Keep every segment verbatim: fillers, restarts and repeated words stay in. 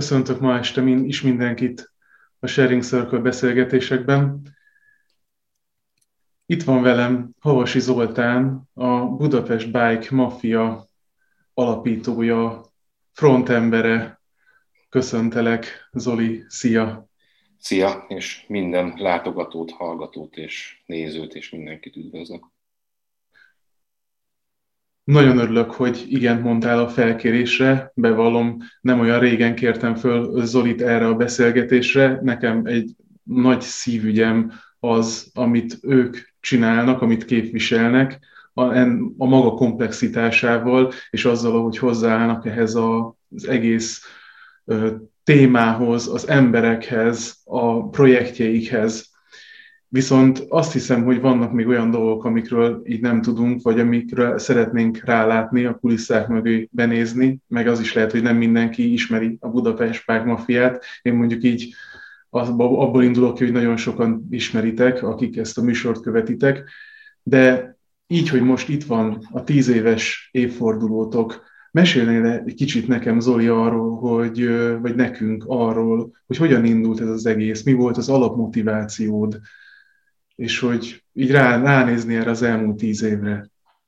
Köszöntök ma este min- is mindenkit a Sharing Circle beszélgetésekben. Itt van velem Havasi Zoltán, a Budapest Bike Mafia alapítója, frontembere. Köszöntelek, Zoli, szia! Szia, és minden látogatót, hallgatót és nézőt és mindenkit üdvözlök. Nagyon örülök, hogy igent mondtál a felkérésre. Bevallom, nem olyan régen kértem föl Zolit erre a beszélgetésre. Nekem egy nagy szívügyem az, amit ők csinálnak, amit képviselnek, a, en- a maga komplexitásával, és azzal, ahogy hozzáállnak ehhez a, az egész ö, témához, az emberekhez, a projektjeikhez. Viszont azt hiszem, hogy vannak még olyan dolgok, amikről így nem tudunk, vagy amikről szeretnénk rálátni, a kulisszák mögé benézni, meg az is lehet, hogy nem mindenki ismeri a Budapest Bike Mafiát. Én mondjuk így abból indulok ki, hogy nagyon sokan ismeritek, akik ezt a műsort követitek, de így, hogy most itt van a tíz éves évfordulótok, mesélnél egy kicsit nekem, Zoli, arról, hogy, vagy nekünk arról, hogy hogyan indult ez az egész, mi volt az alapmotivációd, és hogy így rá, ránézni erre az elmúlt tíz évre.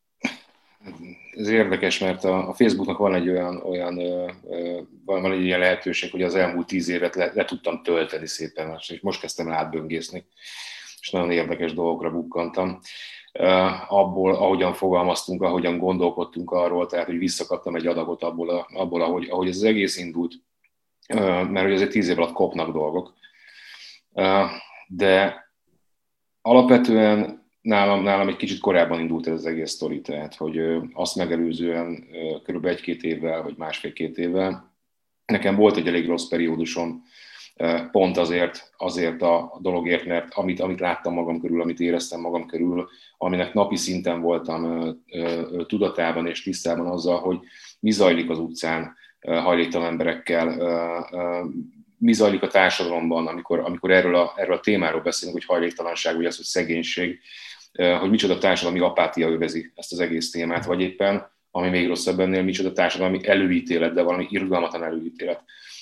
Ez érdekes, mert a, a Facebooknak van egy olyan, olyan ö, ö, van, van egy ilyen lehetőség, hogy az elmúlt tíz évet le, le tudtam tölteni szépen, és most kezdtem átböngészni, és nagyon érdekes dolgokra bukkantam. Uh, abból, ahogyan fogalmaztunk, ahogyan gondolkodtunk arról, tehát, hogy visszakaptam egy adagot abból, a, abból ahogy, ahogy ez az egész indult, uh, mert hogy azért tíz év alatt kopnak dolgok. Uh, de alapvetően nálam, nálam egy kicsit korábban indult ez az egész sztori, tehát hogy azt megelőzően kb. egy-két évvel, vagy másfél-két évvel nekem volt egy elég rossz periódusom, pont azért, azért a dologért, mert amit, amit láttam magam körül, amit éreztem magam körül, aminek napi szinten voltam tudatában és tisztában azzal, hogy mi zajlik az utcán hajléktalan emberekkel, mi zajlik a társadalomban, amikor, amikor erről, a, erről a témáról beszélünk, hogy hajléktalanság, vagy az, hogy szegénység, hogy micsoda társadalmi apátia övezi ezt az egész témát, vagy éppen, ami még rosszabb ennél, micsoda társadalmi előítélet, de valami irgalmatlan előítélet.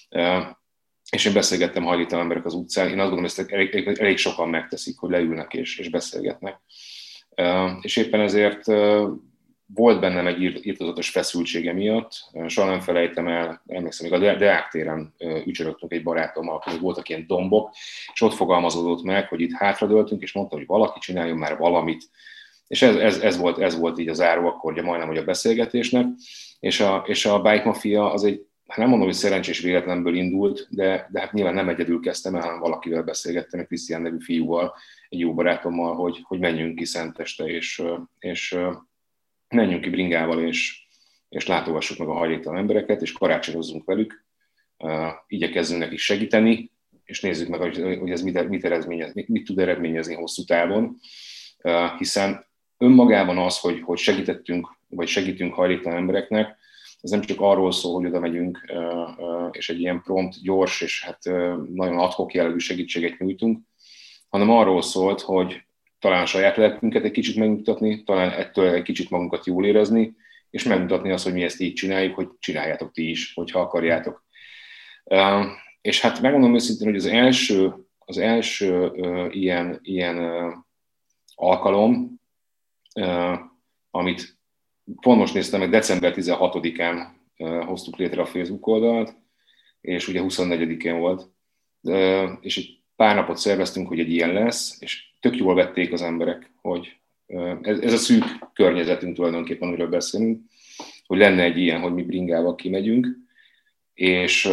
És én beszélgettem hajléktalan emberek az utcán, én azt gondolom, hogy ezt elég, elég, elég sokan megteszik, hogy leülnek és, és beszélgetnek. És éppen ezért volt bennem egy irtózatos feszültsége miatt, soha nem felejtem el, emlékszem, még a Deák téren ücsörögtünk egy barátommal, akkor voltak ilyen dombok, és ott fogalmazódott meg, hogy itt hátradőltünk, és mondta, hogy valaki csináljon már valamit. És ez, ez, ez, volt, ez volt így a záró akkordja majdnem, hogy a beszélgetésnek, és a, és a Bike Mafia az egy, hát nem mondom, hogy szerencsés véletlenből indult, de, de hát nyilván nem egyedül kezdtem el, hanem valakivel beszélgettem, egy Krisztián nevű fiúval, egy jó barátommal, hogy, hogy menjünk ki Szenteste, és, és menjünk ki bringával, és, és látogassuk meg a hajléktalan embereket, és karácsonyozzunk velük, uh, igyekezzünk nekik segíteni, és nézzük meg, hogy, hogy ez mit, mit, eredményez, mit, mit tud eredményezni hosszú távon, uh, hiszen önmagában az, hogy, hogy segítettünk, vagy segítünk hajléktalan embereknek, ez nem csak arról szól, hogy oda megyünk, uh, uh, és egy ilyen prompt, gyors, és hát uh, nagyon ad hoc jellegű segítséget nyújtunk, hanem arról szólt, hogy talán a saját lelkünket egy kicsit megmutatni, talán ettől egy kicsit magunkat jól érezni, és megmutatni azt, hogy mi ezt így csináljuk, hogy csináljátok ti is, hogyha akarjátok. Uh, és hát megmondom őszintén, hogy az első, az első uh, ilyen, ilyen uh, alkalom, uh, amit pont most néztem meg, december tizenhatodikán uh, hoztuk létre a Facebook oldalt, és ugye huszonnegyedikén volt, uh, és egy pár napot szerveztünk, hogy egy ilyen lesz, és tök jól vették az emberek, hogy ez, ez a szűk környezetünk tulajdonképpen, amiről beszélünk, hogy lenne egy ilyen, hogy mi bringával kimegyünk, és,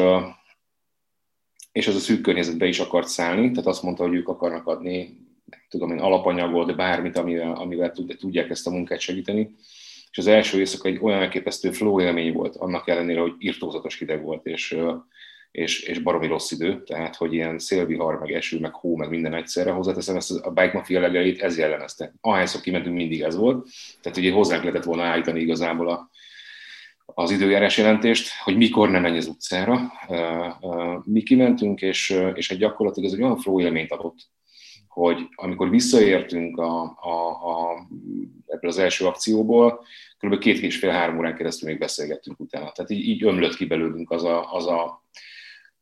és az a szűk környezetbe is akart szállni, tehát azt mondta, hogy ők akarnak adni, tudom én, alapanyagot, bármit, amivel, amivel tudják ezt a munkát segíteni. És az első éjszaka egy olyan elképesztő flow élmény volt, annak ellenére, hogy irtózatos hideg volt, és És, és baromi rossz idő, tehát hogy ilyen szélvihar, meg eső, meg hó, meg minden egyszerre. Hozzáteszem, ezt a Bike Mafia legelét ez jellemezte. Ahányszor kimentünk, mindig ez volt. Tehát ugye hozzánk lehetett volna állítani igazából a, az időjárás jelentést, hogy mikor nem menj az utcára. Mi kimentünk, és, és egy gyakorlatilag ez egy olyan flow élményt adott, hogy amikor visszaértünk a, a, a, ebből az első akcióból, kb. két és fél-három órán keresztül még beszélgettünk utána. Tehát így, így ömlött ki belőlünk az a, az a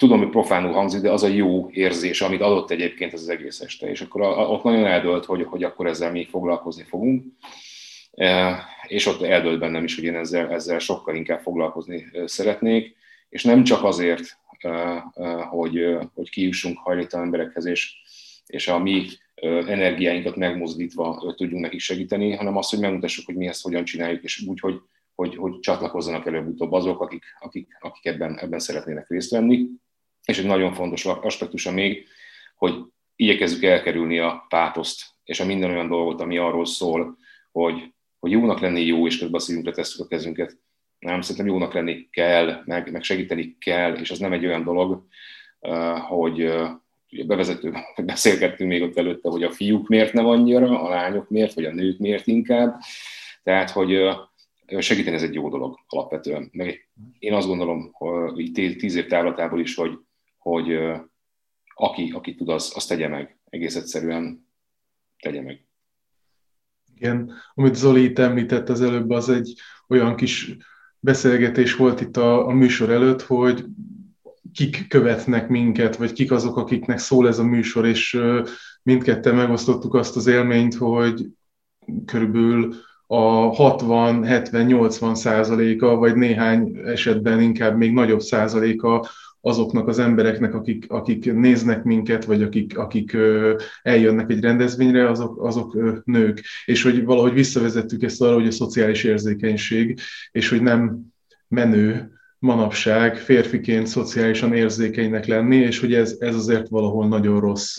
tudom, hogy profánul hangzik, de az a jó érzés, amit adott egyébként ez az egész este. És akkor a, a, ott nagyon eldölt, hogy, hogy akkor ezzel mi foglalkozni fogunk. E, és ott eldölt bennem is, hogy én ezzel, ezzel sokkal inkább foglalkozni szeretnék. És nem csak azért, e, e, hogy, hogy kijussunk hajléktalan emberekhez, és, és a mi energiáinkat megmozdítva tudjunk nekik segíteni, hanem azt, hogy megmutassuk, hogy mi ezt hogyan csináljuk, és úgy, hogy, hogy, hogy csatlakozzanak előbb-utóbb azok, akik, akik, akik ebben, ebben szeretnének részt venni. És egy nagyon fontos aspektusa még, hogy igyekezzük elkerülni a pátoszt, és a minden olyan dolgot, ami arról szól, hogy, hogy jónak lenni jó, és közben a szívünkre tesszük a kezünket. Nem, szerintem jónak lenni kell, meg, meg segíteni kell, és az nem egy olyan dolog, hogy ugye bevezetőben beszélgettünk még ott előtte, hogy a fiúk miért nem annyira, a lányok miért, vagy a nők miért inkább. Tehát, hogy segíteni ez egy jó dolog alapvetően. Meg én azt gondolom, hogy tíz év távlatából is, hogy, hogy aki, aki tud, az, az tegye meg. Egész egyszerűen tegye meg. Igen, amit Zoli itt említett az előbb, az egy olyan kis beszélgetés volt itt a, a műsor előtt, hogy kik követnek minket, vagy kik azok, akiknek szól ez a műsor, és mindketten megosztottuk azt az élményt, hogy körülbelül a hatvan, hetven, nyolcvan százaléka, vagy néhány esetben inkább még nagyobb százaléka azoknak az embereknek, akik, akik néznek minket, vagy akik, akik eljönnek egy rendezvényre, azok, azok nők. És hogy valahogy visszavezettük ezt arra, hogy a szociális érzékenység, és hogy nem menő manapság férfiként szociálisan érzékenynek lenni, és hogy ez, ez azért valahol nagyon rossz.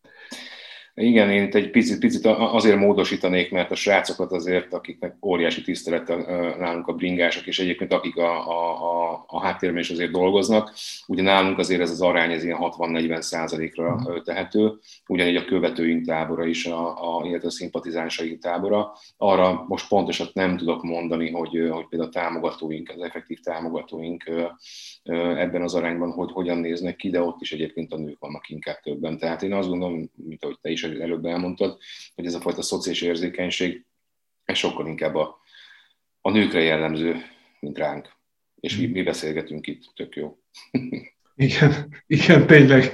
Igen, én itt egy picit, picit azért módosítanék, mert a srácokat azért, akiknek óriási tisztelet nálunk a bringások, és egyébként akik a, a, a háttérben is azért dolgoznak, ugye nálunk azért ez az arány ez ilyen hatvan-negyven százalékra tehető, ugyanígy a követőink tábora is, a, a, illetve a szimpatizánsaink tábora. Arra most pontosat nem tudok mondani, hogy, hogy például a támogatóink, az effektív támogatóink ebben az arányban, hogy hogyan néznek ki, de ott is egyébként a nők vannak inkább többen. Tehát én azt gondolom, mint ahogy te is előbb elmondtad, hogy ez a fajta szociális érzékenység, ez sokkal inkább a, a nőkre jellemző, mint ránk. És mi, mi beszélgetünk itt, tök jó. Igen, igen, tényleg.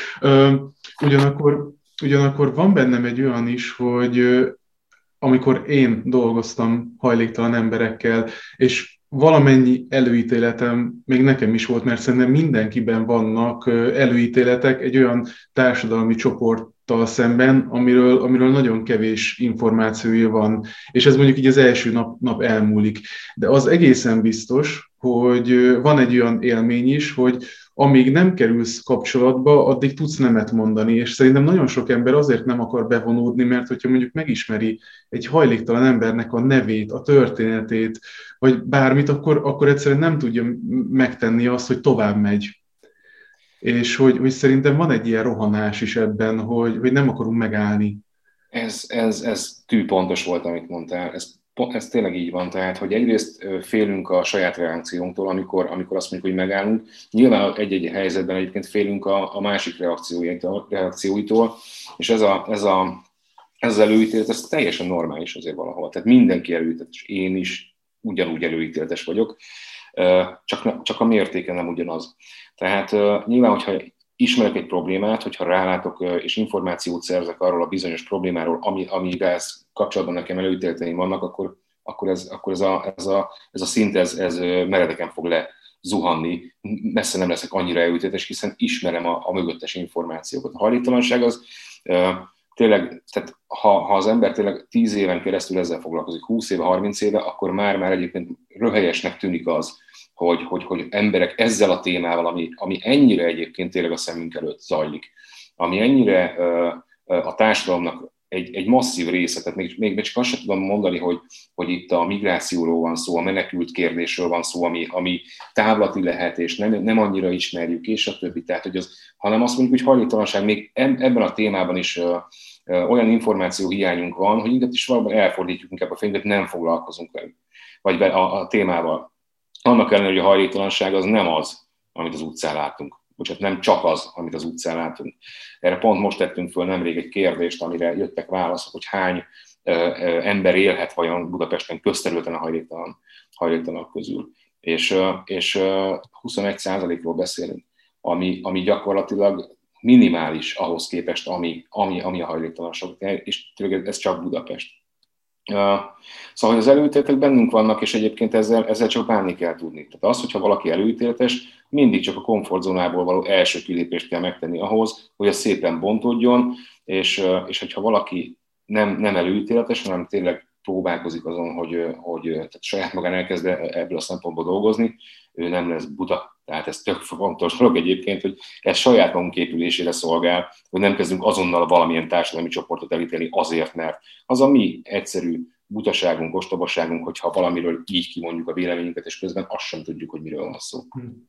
Ugyanakkor, ugyanakkor van bennem egy olyan is, hogy amikor én dolgoztam hajléktalan emberekkel, és valamennyi előítéletem még nekem is volt, mert szerintem mindenkiben vannak előítéletek egy olyan társadalmi csoporttal szemben, amiről, amiről nagyon kevés információja van, és ez mondjuk így az első nap, nap elmúlik. De az egészen biztos, hogy van egy olyan élmény is, hogy amíg nem kerülsz kapcsolatba, addig tudsz nemet mondani, és szerintem nagyon sok ember azért nem akar bevonódni, mert hogyha mondjuk megismeri egy hajléktalan embernek a nevét, a történetét, vagy bármit, akkor, akkor egyszerűen nem tudja megtenni azt, hogy tovább megy. És hogy, hogy szerintem van egy ilyen rohanás is ebben, hogy, hogy nem akarunk megállni. Ez, ez, ez tűpontos volt, amit mondtál. Ez, ez tényleg így van. Tehát, hogy egyrészt félünk a saját reakciónktól, amikor, amikor azt mondjuk, hogy megállunk. Nyilván egy-egy helyzetben egyébként félünk a, a másik reakcióitól, és ez, a, ez, a, ez az előítélet, ez teljesen normális azért valahol. Tehát mindenki előítéletes, és én is ugyanúgy előítéletes vagyok, csak, csak a mértéke nem ugyanaz. Tehát nyilván, hogyha ismerek egy problémát, hogyha rálátok és információt szerzek arról a bizonyos problémáról, ami, amivel ez kapcsolatban nekem előítéleteim vannak, akkor, akkor, ez, akkor ez, a, ez, a, ez a szint ez, ez meredeken fog lezuhanni. Messze nem leszek annyira előítéletes, hiszen ismerem a, a mögöttes információkat. A hajléktalanság az tényleg, tehát ha, ha az ember tényleg tíz éven keresztül ezzel foglalkozik, húsz éve, harminc éve, akkor már-már egyébként röhelyesnek tűnik az, hogy, hogy, hogy emberek ezzel a témával, ami, ami ennyire egyébként tényleg a szemünk előtt zajlik, ami ennyire uh, a társadalomnak egy, egy masszív része, tehát még, még csak azt sem tudom mondani, hogy, hogy itt a migrációról van szó, a menekült kérdésről van szó, ami, ami távlati lehet, és nem, nem annyira ismerjük, és a többi. Tehát, hogy az, hanem azt mondjuk, hogy hajléktalanság még ebben a témában is uh, uh, olyan információ hiányunk van, hogy inkább is valóban elfordítjuk inkább a fényeket, nem foglalkozunk velük, vagy a, a témával. Annak ellenére, hogy a hajléktalanság az nem az, amit az utcán látunk. Bocsánat, nem csak az, amit az utcán látunk. Erre pont most tettünk föl nemrég egy kérdést, amire jöttek válaszok, hogy hány ö, ö, ember élhet vajon Budapesten közterületen a hajléktalan, hajléktalanok közül. És, ö, és ö, huszonegy százalékról beszélünk. ami, ami gyakorlatilag minimális ahhoz képest, ami, ami, ami a hajléktalanság, és tényleg ez csak Budapest. Uh, szóval az előítéletek bennünk vannak, és egyébként ezzel, ezzel csak bánni kell tudni. Tehát az, hogyha valaki előítéletes, mindig csak a komfortzónából való első kilépést kell megtenni ahhoz, hogy ez szépen bontódjon, és, uh, és hogyha valaki nem, nem előítéletes, hanem tényleg próbálkozik azon, hogy, hogy tehát saját magán elkezd ebből a szempontból dolgozni, ő nem lesz buta. Tehát ez tök fontos dolog egyébként, hogy ez saját magunk épülésére szolgál, hogy nem kezdünk azonnal valamilyen társadalmi csoportot elítélni azért, mert az a mi egyszerű butaságunk, ostobaságunk, hogyha valamiről így kimondjuk a véleményünket, és közben azt sem tudjuk, hogy miről van szó.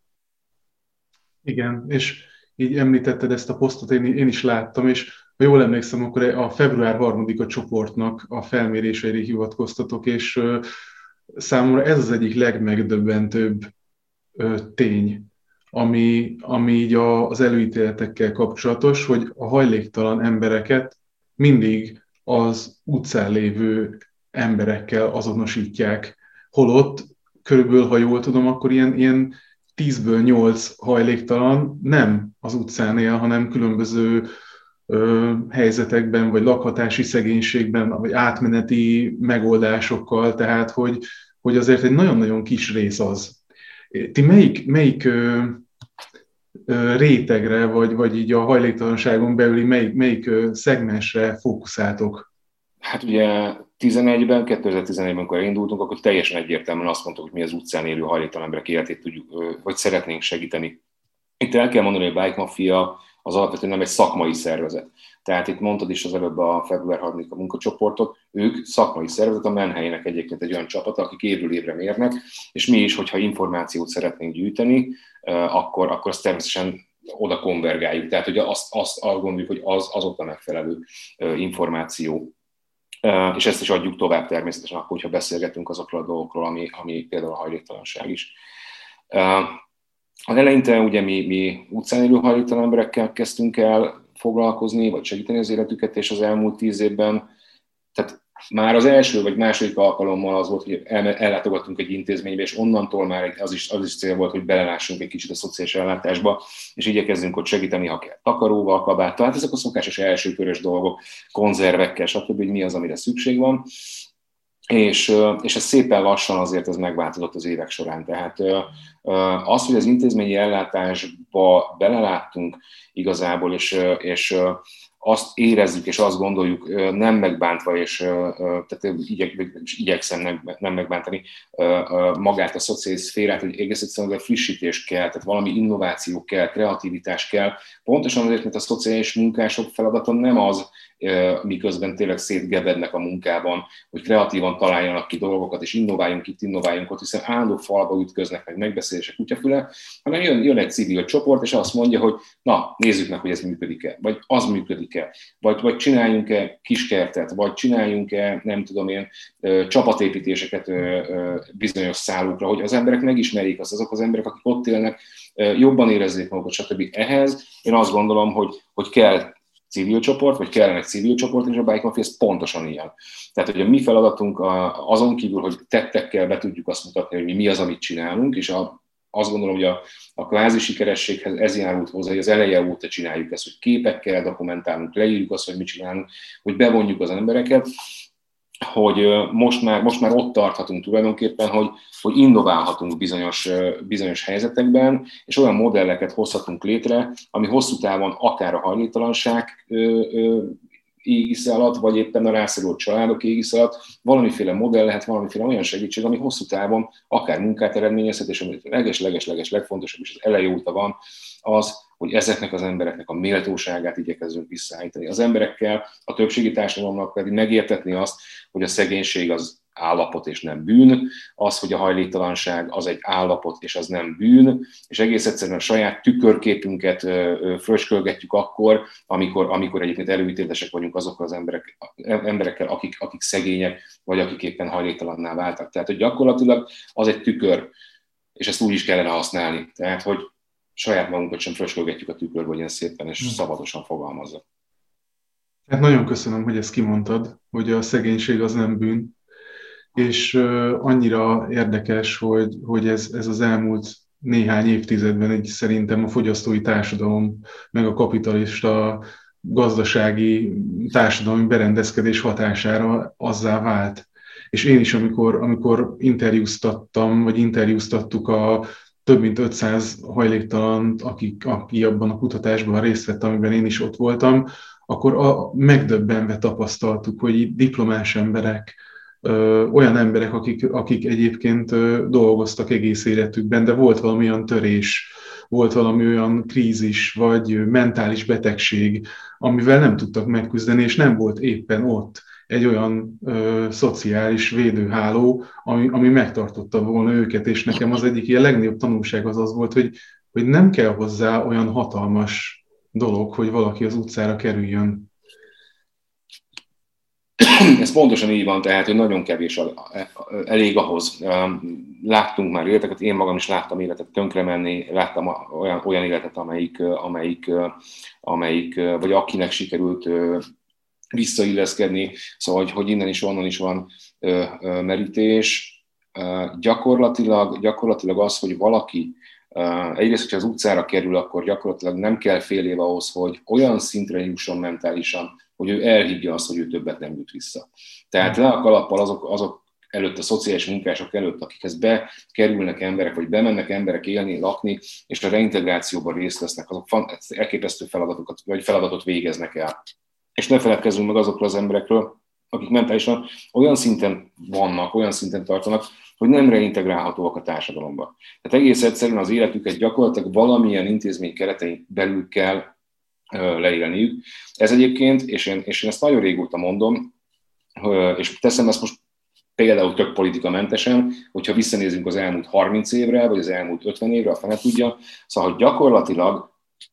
Igen, és így említetted ezt a posztot, én, én is láttam, és ha jól emlékszem, akkor a február harmadika csoportnak a felméréseire hivatkoztatok, és számomra ez az egyik legmegdöbbentőbb tény, ami, ami így az előítéletekkel kapcsolatos, hogy a hajléktalan embereket mindig az utcán lévő emberekkel azonosítják. Holott, körülbelül, ha jól tudom, akkor ilyen, ilyen tízből nyolc hajléktalan nem az utcán él, hanem különböző ö, helyzetekben, vagy lakhatási szegénységben, vagy átmeneti megoldásokkal, tehát hogy, hogy azért egy nagyon-nagyon kis rész az. Ti melyik, melyik ö, ö, rétegre, vagy, vagy így a hajléktalanságon belüli melyik, melyik ö, szegmensre fókuszáltok? Hát ugye tizenegyben, kétezer-tizenegyben, amikor indultunk, akkor teljesen egyértelműen azt mondtuk, hogy mi az utcán élő hajléktalan emberek életét tudjuk, vagy szeretnénk segíteni. Itt el kell mondani, hogy a Bike Mafia az alapvetően nem egy szakmai szervezet. Tehát itt mondtad is az előbb a február harmadika munkacsoportot, ők szakmai szervezet, a Menhelynek egyébként egy olyan csapata, akik évről évre mérnek, és mi is, hogyha információt szeretnénk gyűjteni, akkor, akkor azt természetesen oda konvergáljuk. Tehát hogy azt, azt, azt gondoljuk, hogy az, az ott a megfelelő információ. És ezt is adjuk tovább természetesen, akkor, hogyha beszélgetünk azokról a dolgokról, ami, ami például a hajléktalanság is. Az eleinte ugye mi, mi utcán élő hajléktalan emberekkel kezdtünk el foglalkozni, vagy segíteni az életüket, és az elmúlt tíz évben, tehát már az első vagy második alkalommal az volt, hogy ellátogattunk egy intézménybe, és onnantól már az is, az is cél volt, hogy belelássunk egy kicsit a szociális ellátásba, és igyekezzünk ott segíteni, ha kell, takaróval, kabáttal, hát ezek a szokásos elsőkörös dolgok, konzervekkel, stb., hogy mi az, amire szükség van. És, és ez szépen lassan azért ez megváltozott az évek során. Tehát az, hogy az intézményi ellátásba beleláttunk igazából, és, és azt érezzük, és azt gondoljuk, nem megbántva, és tehát igyek, igyekszem nem megbántani magát a szociális szférát, hogy egész egyszerűen frissítés kell, tehát valami innováció kell, kreativitás kell. Pontosan azért, mert a szociális munkások feladata nem az, miközben tényleg szétgebednek a munkában, hogy kreatívan találjanak ki dolgokat, és innováljunk itt, innováljunk ott, hiszen állandó falba ütköznek, meg megbeszélések kutyafüle, hanem jön, jön egy civil csoport, és azt mondja, hogy na, nézzük meg, hogy ez működik-e, vagy az működik-e, vagy, vagy csináljunk-e kiskertet, vagy csináljunk-e, nem tudom én, csapatépítéseket bizonyos szállókra, hogy az emberek megismerjék azt, azok az emberek, akik ott élnek, jobban érezzék magukat, stb. Ehhez én azt gondolom, hogy, hogy kell civil csoport, vagy kellene egy civil csoport, és a Bike Mafia ez pontosan ilyen. Tehát, hogy a mi feladatunk azon kívül, hogy tettekkel be tudjuk azt mutatni, hogy mi, mi az, amit csinálunk, és a, azt gondolom, hogy a, a kvázi sikerességhez ez járult hozzá, hogy az eleje óta csináljuk ezt, hogy képekkel dokumentálunk, leírjuk azt, hogy mit csinálunk, hogy bevonjuk az embereket, hogy most már, most már ott tarthatunk tulajdonképpen, hogy, hogy innoválhatunk bizonyos, bizonyos helyzetekben, és olyan modelleket hozhatunk létre, ami hosszú távon akár a hajléktalanság égisze alatt, vagy éppen a rászorult családok égisze alatt valamiféle modell lehet, valamiféle olyan segítség, ami hosszú távon akár munkát eredményezhet, és ami leges-leges-leges legfontosabb, és az eleje óta van, az, hogy ezeknek az embereknek a méltóságát igyekezzünk visszaállítani. Az emberekkel, a többségi társadalomnak pedig megértetni azt, hogy a szegénység az állapot és nem bűn, az, hogy a hajléktalanság az egy állapot és az nem bűn, és egész egyszerűen a saját tükörképünket fröcskölgetjük akkor, amikor, amikor egyébként előítéletesek vagyunk azokkal az emberek, emberekkel, akik, akik szegények, vagy akik éppen hajléktalanná váltak. Tehát, hogy gyakorlatilag az egy tükör, és ezt úgy is kellene használni. Tehát, hogy saját magunkat sem fröcskölgetjük a tükörbe, hogy ilyen szépen és szabadosan fogalmazza. Hát nagyon köszönöm, hogy ezt kimondtad, hogy a szegénység az nem bűn, és uh, annyira érdekes, hogy, hogy ez, ez az elmúlt néhány évtizedben egy szerintem a fogyasztói társadalom, meg a kapitalista gazdasági társadalmi berendezkedés hatására azzá vált. És én is, amikor, amikor interjúztattam, vagy interjúztattuk a több mint ötszáz hajléktalant, akik, aki abban a kutatásban részt vett, amiben én is ott voltam, akkor a, megdöbbenve tapasztaltuk, hogy itt diplomás emberek, ö, olyan emberek, akik, akik egyébként ö, dolgoztak egész életükben, de volt valami olyan törés, volt valami olyan krízis, vagy mentális betegség, amivel nem tudtak megküzdeni, és nem volt éppen ott egy olyan ö, szociális védőháló, ami, ami megtartotta volna őket, és nekem az egyik ilyen legnagyobb tanulság az az volt, hogy, hogy nem kell hozzá olyan hatalmas dolog, hogy valaki az utcára kerüljön. Ez pontosan így van, tehát, hogy nagyon kevés elég ahhoz. Láttunk már életeket, én magam is láttam életet tönkre menni, láttam olyan, olyan életet, amelyik, amelyik, amelyik, vagy akinek sikerült visszailleszkedni, szóval, hogy, hogy innen is, onnan is van merítés. Gyakorlatilag, gyakorlatilag az, hogy valaki egyrészt, hogyha az utcára kerül, akkor gyakorlatilag nem kell fél év ahhoz, hogy olyan szintre jusson mentálisan, hogy ő elhiggye azt, hogy ő többet nem jut vissza. Tehát le a kalappal azok, azok előtt, a szociális munkások előtt, akikhez bekerülnek emberek, vagy bemennek emberek élni, lakni, és a reintegrációban részt vesznek, azok elképesztő feladatokat, vagy feladatot végeznek el. És ne feledkezzünk meg azokról az emberekről, akik mentálisan olyan szinten vannak, olyan szinten tartanak, hogy nem reintegrálhatóak a társadalomba. Tehát egész egyszerűen az életüket gyakorlatilag valamilyen intézmény keretein belül kell ö, leélniük. Ez egyébként, és én, és én ezt nagyon régóta mondom, ö, és teszem ezt most például tök politikamentesen, hogyha visszanézünk az elmúlt harminc évre, vagy az elmúlt ötven évre, a fene tudja, szóval hogy gyakorlatilag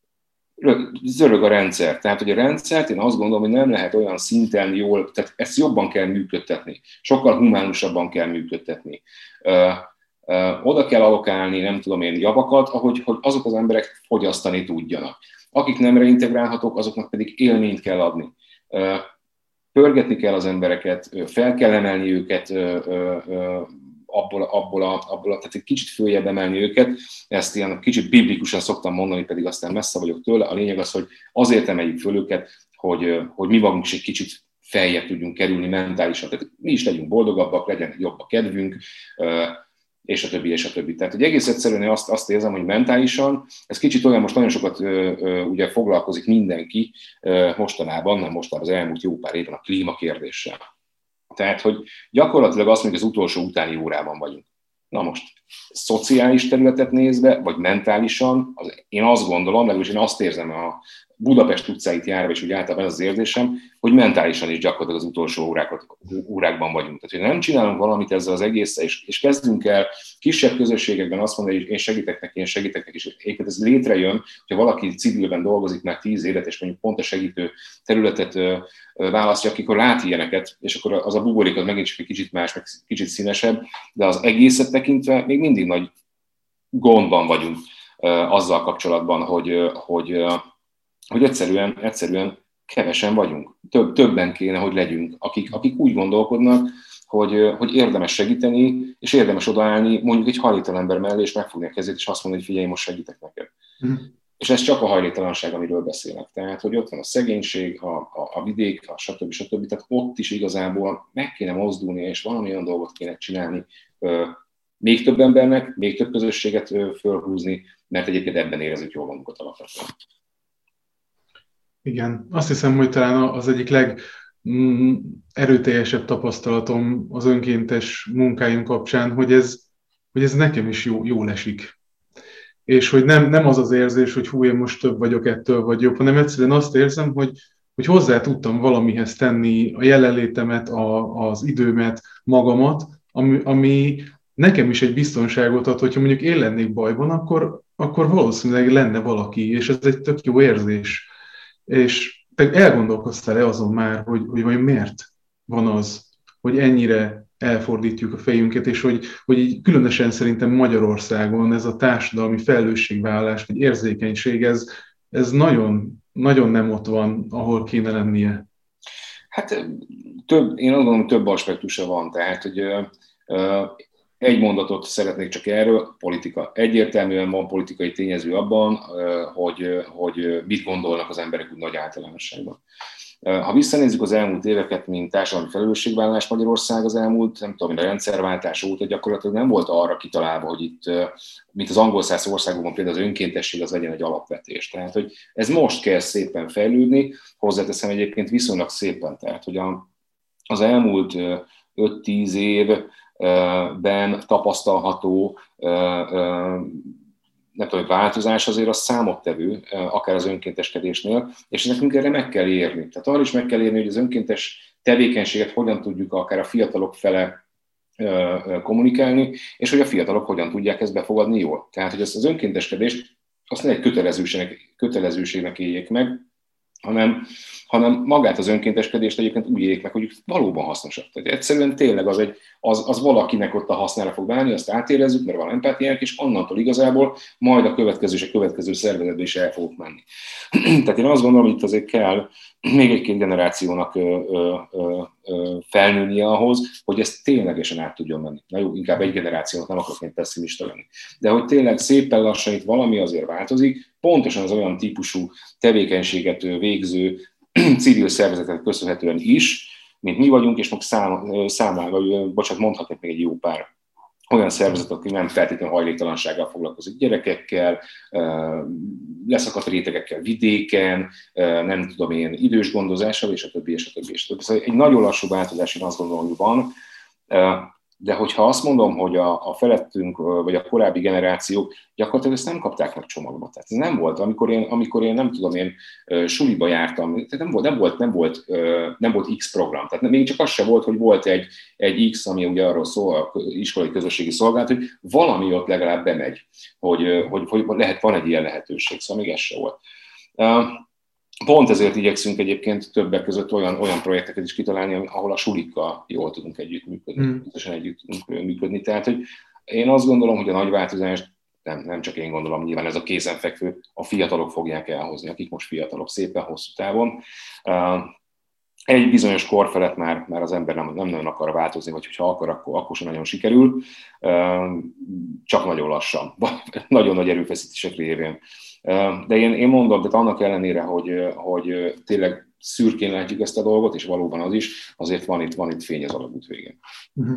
zörög a rendszer. Tehát, hogy a rendszert én azt gondolom, hogy nem lehet olyan szinten jól, tehát ezt jobban kell működtetni. Sokkal humánusabban kell működtetni. Ö, ö, oda kell allokálni, nem tudom én, javakat, ahogy hogy azok az emberek fogyasztani tudjanak. Akik nem reintegrálhatók, azoknak pedig élményt kell adni. Ö, pörgetni kell az embereket, fel kell emelni őket, ö, ö, ö, abból, abból, a, abból a, tehát egy kicsit följebb emelni őket, ezt ilyen kicsit biblikusan szoktam mondani, pedig aztán messze vagyok tőle. A lényeg az, hogy azért emeljük föl őket, hogy, hogy mi magunk is egy kicsit feljebb tudjunk kerülni mentálisan. Tehát mi is legyünk boldogabbak, legyen jobb a kedvünk, és a többi, és a többi. Tehát hogy egész egyszerűen azt, azt érzem, hogy mentálisan, ez kicsit olyan, most nagyon sokat ugye foglalkozik mindenki mostanában, nem mostanában az elmúlt jó pár évben a klímakérdéssel. Tehát, hogy gyakorlatilag azt mondjuk, az utolsó utáni órában vagyunk. Na most, szociális területet nézve, vagy mentálisan, az, én azt gondolom, legalábbis én azt érzem a Budapest utcáit járva, és úgy általában az érzésem, hogy mentálisan is gyakorlatilag az utolsó órákat, órákban vagyunk. Tehát, hogy nem csinálunk valamit ezzel az egésszel, és, és kezdünk el kisebb közösségekben azt mondani, hogy én segítek neki, én segítek neki, és egyébként ez létrejön, hogyha valaki civilben dolgozik már tíz évet, és mondjuk pont a segítő területet ö, ö, választja, akkor lát ilyeneket, és akkor az a buborék az megint csak egy kicsit más, meg kicsit színesebb, de az egészet tekintve még mindig nagy gondban vagyunk ö, azzal kapcsolatban, hogy, ö, hogy ö, hogy egyszerűen, egyszerűen kevesen vagyunk. Több, többen kéne, hogy legyünk, akik, akik úgy gondolkodnak, hogy, hogy érdemes segíteni, és érdemes odaállni mondjuk egy hajléktalan ember mellé, és megfogni a kezét, és azt mondani, hogy figyelj, most segítek neked. Mm. És ez csak a hajléktalanság, amiről beszélek. Tehát, hogy ott van a szegénység, a, a, a vidék, a stb. stb. Tehát ott is igazából meg kéne mozdulni, és valami olyan dolgot kéne csinálni, még több embernek, még több közösséget fölhúzni, mert egyébként ebben érezzük jól magunkat alapvetően. Igen, azt hiszem, hogy talán az egyik legerőteljesebb tapasztalatom az önkéntes munkáim kapcsán, hogy ez, hogy ez nekem is jó, jól esik. És hogy nem, nem az az érzés, hogy hú, én most több vagyok ettől, vagy jobb, hanem egyszerűen azt érzem, hogy, hogy hozzá tudtam valamihez tenni a jelenlétemet, a, az időmet, magamat, ami, ami nekem is egy biztonságot ad, hogyha mondjuk én lennék bajban, akkor, akkor valószínűleg lenne valaki, és ez egy tök jó érzés. És te elgondolkoztál-e azon már, hogy, hogy vajon miért van az, hogy ennyire elfordítjuk a fejünket, és hogy, hogy így különösen szerintem Magyarországon ez a társadalmi felelősségvállalás, vagy érzékenység, ez, ez nagyon, nagyon nem ott van, ahol kéne lennie. Hát több, én azt gondolom, több aspektusa van. Tehát, hogy ö, ö, Egy mondatot szeretnék csak erről, politika. Egyértelműen van politikai tényező abban, hogy, hogy mit gondolnak az emberek úgy nagy általánosságban. Ha visszanézzük az elmúlt éveket, mint társadalmi felelősségvállalás Magyarország az elmúlt, nem tudom, mint a rendszerváltás óta gyakorlatilag nem volt arra kitalálva, hogy itt, mint az angol száz országokban például az önkéntesség az legyen egy alapvetés. Tehát, hogy ez most kell szépen fejlődni, hozzáteszem egyébként viszonylag szépen, tehát, hogy a, az elmúlt öt-tíz évben tapasztalható nem tudom, változás azért az számottevő, akár az önkénteskedésnél, és nekünk erre meg kell érni. Tehát arra is meg kell érni, hogy az önkéntes tevékenységet hogyan tudjuk akár a fiatalok fele kommunikálni, és hogy a fiatalok hogyan tudják ezt befogadni jól. Tehát, hogy ezt az önkénteskedést azt ne egy kötelezőségnek, kötelezőségnek éljék meg, hanem, hanem magát az önkénteskedést egyébként úgy éljék meg, hogy valóban hasznosak. Tehát egyszerűen tényleg az, egy, az, az valakinek ott a hasznára fog válni, azt átérezzük, mert van empátiánk, és onnantól igazából majd a következő és a következő szervezetbe is el fogok menni. Tehát én azt gondolom, hogy itt azért kell még egy-két generációnak ö, ö, ö, ö, felnőnie ahhoz, hogy ezt ténylegesen át tudjon menni. Na jó, inkább egy generációnak, nem akarok én pessimista lenni. De hogy tényleg szépen lassan itt valami azért változik, pontosan az olyan típusú tevékenységet végző civil szervezetek köszönhetően is, mint mi vagyunk, és most szám, számán, vagy bocsánat, mondhatnék még egy jó pár olyan szervezet, aki nem feltétlenül hajléktalansággal foglalkozik, gyerekekkel, leszakadt rétegekkel vidéken, nem tudom én, idős gondozással, és a többi, és a többi, és a többi. Szóval egy nagyon lassú változás, én azt gondolom, hogy van, de hogyha azt mondom, hogy a, a felettünk, vagy a korábbi generációk gyakorlatilag ezt nem kapták meg csomagba. Tehát ez nem volt, amikor én, amikor én nem tudom, én suliba jártam, tehát nem volt, nem volt, nem volt, nem volt X program. Tehát még csak az se volt, hogy volt egy, egy X, ami ugye arról szól, a iskolai közösségi szolgálat, hogy valami ott legalább bemegy, hogy, hogy, hogy lehet, van egy ilyen lehetőség, szóval még ez se volt. Pont ezért igyekszünk egyébként többek között olyan, olyan projekteket is kitalálni, ahol a sulikkal jól tudunk együttműködni, mm. biztosan együtt tudunk működni. Tehát, hogy én azt gondolom, hogy a nagy változást, nem, nem csak én gondolom, nyilván ez a kézenfekvő, a fiatalok fogják elhozni, akik most fiatalok szépen hosszú távon. Egy bizonyos kor felett már, már az ember nem, nem nagyon akar változni, vagy ha akar, akkor, akkor sem nagyon sikerül, csak nagyon lassan, nagyon nagy erőfeszítések révén. De én, én mondom, de annak ellenére, hogy, hogy tényleg szürkén látjuk ezt a dolgot, és valóban az is, azért van itt, van itt fény az alagút végén. Uh-huh.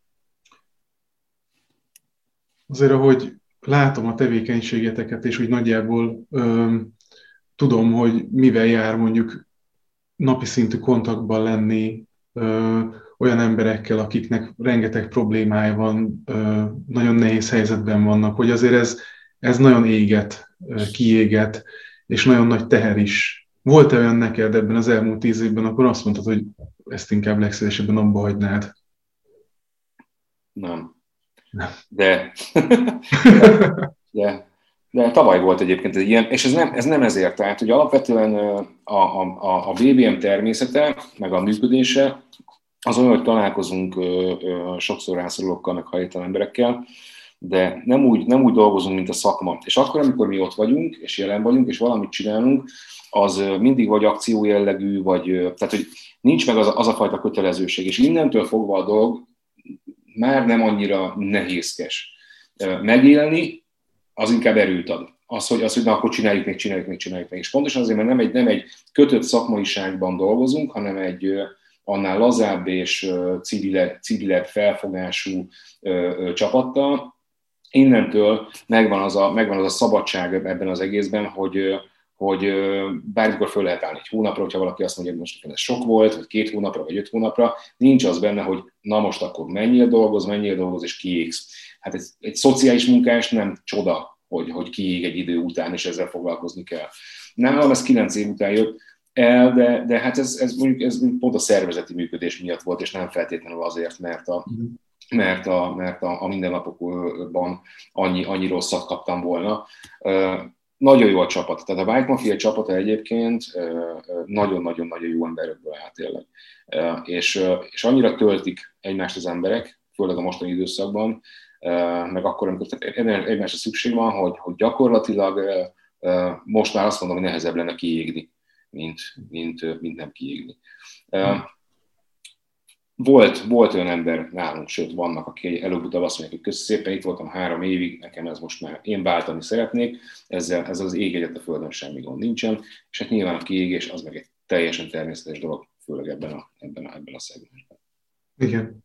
Azért, ahogy látom a tevékenységeteket, és úgy nagyjából ö, tudom, hogy mivel jár mondjuk napi szintű kontaktban lenni ö, olyan emberekkel, akiknek rengeteg problémája van, ö, nagyon nehéz helyzetben vannak, hogy azért ez, ez nagyon éget, kiéget, és nagyon nagy teher is. Volt-e olyan neked ebben az elmúlt tíz évben, akkor azt mondtad, hogy ezt inkább legszívesebben abba hagynád? Nem. Nem. De, de, de tavaly volt egyébként egy ilyen, és ez nem, ez nem ezért. Tehát, hogy alapvetően a, a, a bé bé em természete, meg a működése az olyan, hogy találkozunk sokszor rászorulókkal, meg hajléktalan emberekkel, de nem úgy, nem úgy dolgozunk, mint a szakma. És akkor, amikor mi ott vagyunk, és jelen vagyunk, és valamit csinálunk, az mindig vagy akciójellegű, vagy, tehát, hogy nincs meg az, az a fajta kötelezőség. És innentől fogva a dolg már nem annyira nehézkes. Megélni, az inkább erőt ad. Az, hogy, az, hogy na, akkor csináljuk még, csináljuk még, csináljuk még. És pontosan azért, mert nem egy, nem egy kötött szakmaiságban dolgozunk, hanem egy annál lazább és civilebb, civilebb felfogású csapattal. Innentől megvan az, a, megvan az a szabadság ebben az egészben, hogy, hogy bármikor föl lehet állni egy hónapra, hogyha valaki azt mondja, hogy most ez sok volt, vagy két hónapra, vagy öt hónapra, nincs az benne, hogy na most akkor mennyire dolgoz, mennyire dolgoz, és kiégsz. Hát egy, egy szociális munkás nem csoda, hogy, hogy kiég egy idő után, és ezzel foglalkozni kell. Nálam ez kilenc év után jött el, de, de hát ez, ez, mondjuk, ez pont a szervezeti működés miatt volt, és nem feltétlenül azért, mert a, mert a, mert a, a mindennapokban annyi, annyi rosszat kaptam volna. Nagyon jó a csapat. Tehát a White Mafia csapata egyébként nagyon-nagyon-nagyon jó emberekből áll tényleg. És, és annyira töltik egymást az emberek, főleg a mostani időszakban, meg akkor, amikor egymásra szükség van, hogy, hogy gyakorlatilag most már azt mondom, hogy nehezebb lenne kiégni, mint, mint, mint nem kiégni. Volt, volt olyan ember nálunk, sőt vannak, aki előbb-utóbb azt mondják, hogy köszönöm szépen, itt voltam három évig, nekem ez most már, én váltani szeretnék, ezzel, ezzel az ég egyet a földön semmi gond nincsen, és hát nyilván a kiégés az meg egy teljesen természetes dolog, főleg ebben a, ebben a, ebben a szegmensben. Igen.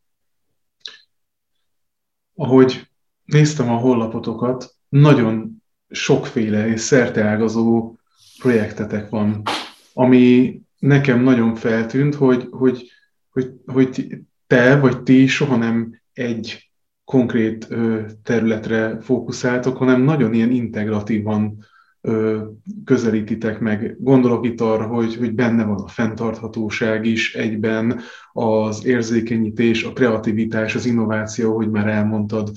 Ahogy néztem a honlapotokat, nagyon sokféle és szerteágazó projektetek van, ami nekem nagyon feltűnt, hogy, hogy, hogy, hogy te vagy ti soha nem egy konkrét területre fókuszáltok, hanem nagyon ilyen integratívan közelítitek meg. Gondolok itt arra, hogy, hogy benne van a fenntarthatóság is egyben, az érzékenyítés, a kreativitás, az innováció, hogy már elmondtad.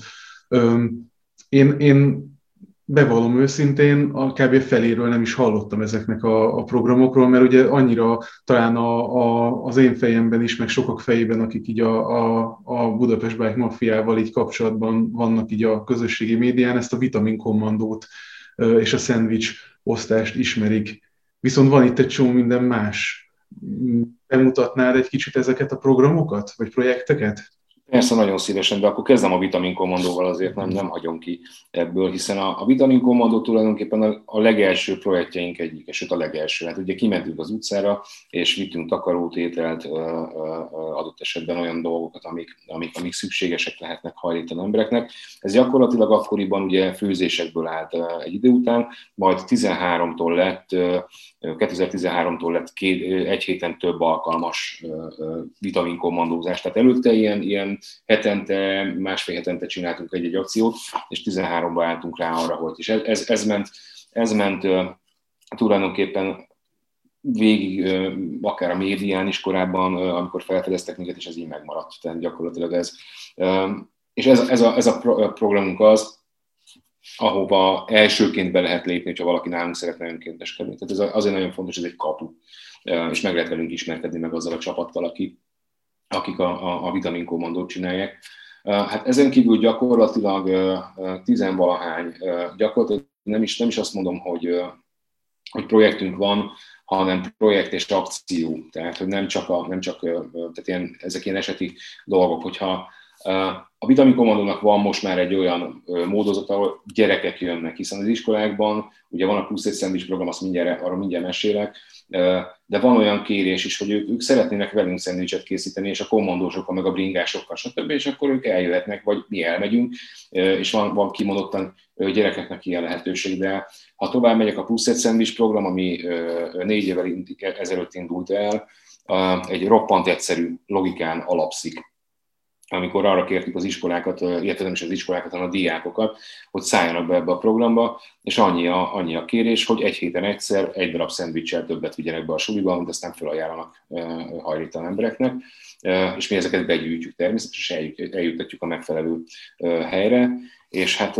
Én, én bevallom őszintén, a kb. Feléről nem is hallottam ezeknek a, a programokról, mert ugye annyira talán a, a, az én fejemben is, meg sokak fejében, akik így a, a, a Budapest Bike Mafiával így kapcsolatban vannak így a közösségi médián, ezt a Vitamin Kommandót és a szendvics osztást ismerik. Viszont van itt egy csomó minden más. Bemutatnád egy kicsit ezeket a programokat, vagy projekteket? Persze, nagyon szívesen, de akkor kezdem a Vitamin Kommandóval, azért nem, nem hagyom ki ebből, hiszen a, a Vitamin Kommandó tulajdonképpen a, a legelső projektjeink egyik, sőt a legelső. Hát ugye kimentünk az utcára, és vittünk takarót, ételt, adott esetben olyan dolgokat, amik, amik, amik szükségesek lehetnek hajlítani embereknek. Ez gyakorlatilag akkoriban ugye főzésekből állt egy idő után, majd tizenháromtól lett, kétezer-tizenháromtól lett két, egy héten több alkalmas Vitamin Kommandózás. Tehát előtte ilyen, ilyen hetente, másfél hetente csináltunk egy-egy akciót, és tizenháromban álltunk rá arra, hogy és ez, ez, ez ment, ez ment uh, tulajdonképpen végig, uh, akár a médián is korábban, uh, amikor felfedeztek minket, és ez így megmaradt. Tehát gyakorlatilag ez. Uh, és ez, ez, a, ez a pro- programunk az, ahova elsőként be lehet lépni, ha valaki nálunk szeretne önkénteskedni. Tehát ez azért nagyon fontos, ez egy kapu, uh, és meg lehet velünk ismerkedni meg azzal a csapattal, aki akik a, a, a Vitamin Kommandót csinálják. Hát ezen kívül gyakorlatilag tizenvalahány, gyakorlatilag nem is, nem is azt mondom, hogy, hogy projektünk van, hanem projekt és akció. Tehát, hogy nem csak, a, nem csak tehát ilyen, ezek ilyen eseti dolgok, hogyha a Vitamin Kommandónak van most már egy olyan módozat, ahol gyerekek jönnek, hiszen az iskolákban ugye van a plusz egy szendvics program, azt mindjárt, arra mindjárt mesélek, de van olyan kérés is, hogy ők, ők szeretnének velünk szendvicset készíteni, és a kommandósokkal, meg a bringásokkal, stb., és akkor ők eljöhetnek, vagy mi elmegyünk, és van, van kimondottan gyerekeknek ilyen lehetőség, de ha tovább megyek, a plusz egy szendvics program, ami négy évvel ezelőtt indult el, egy roppant egyszerű logikán alapszik, amikor arra kértük az iskolákat, illetve nem is az iskolákat, hanem a diákokat, hogy szálljanak be ebbe a programba, és annyi a, annyi a kérés, hogy egy héten egyszer egy darab szendvicsel többet vigyenek be a suliba, amit aztán felajánlanak hajlítalan embereknek, és mi ezeket begyűjtjük természetesen, és eljuttatjuk a megfelelő helyre, és hát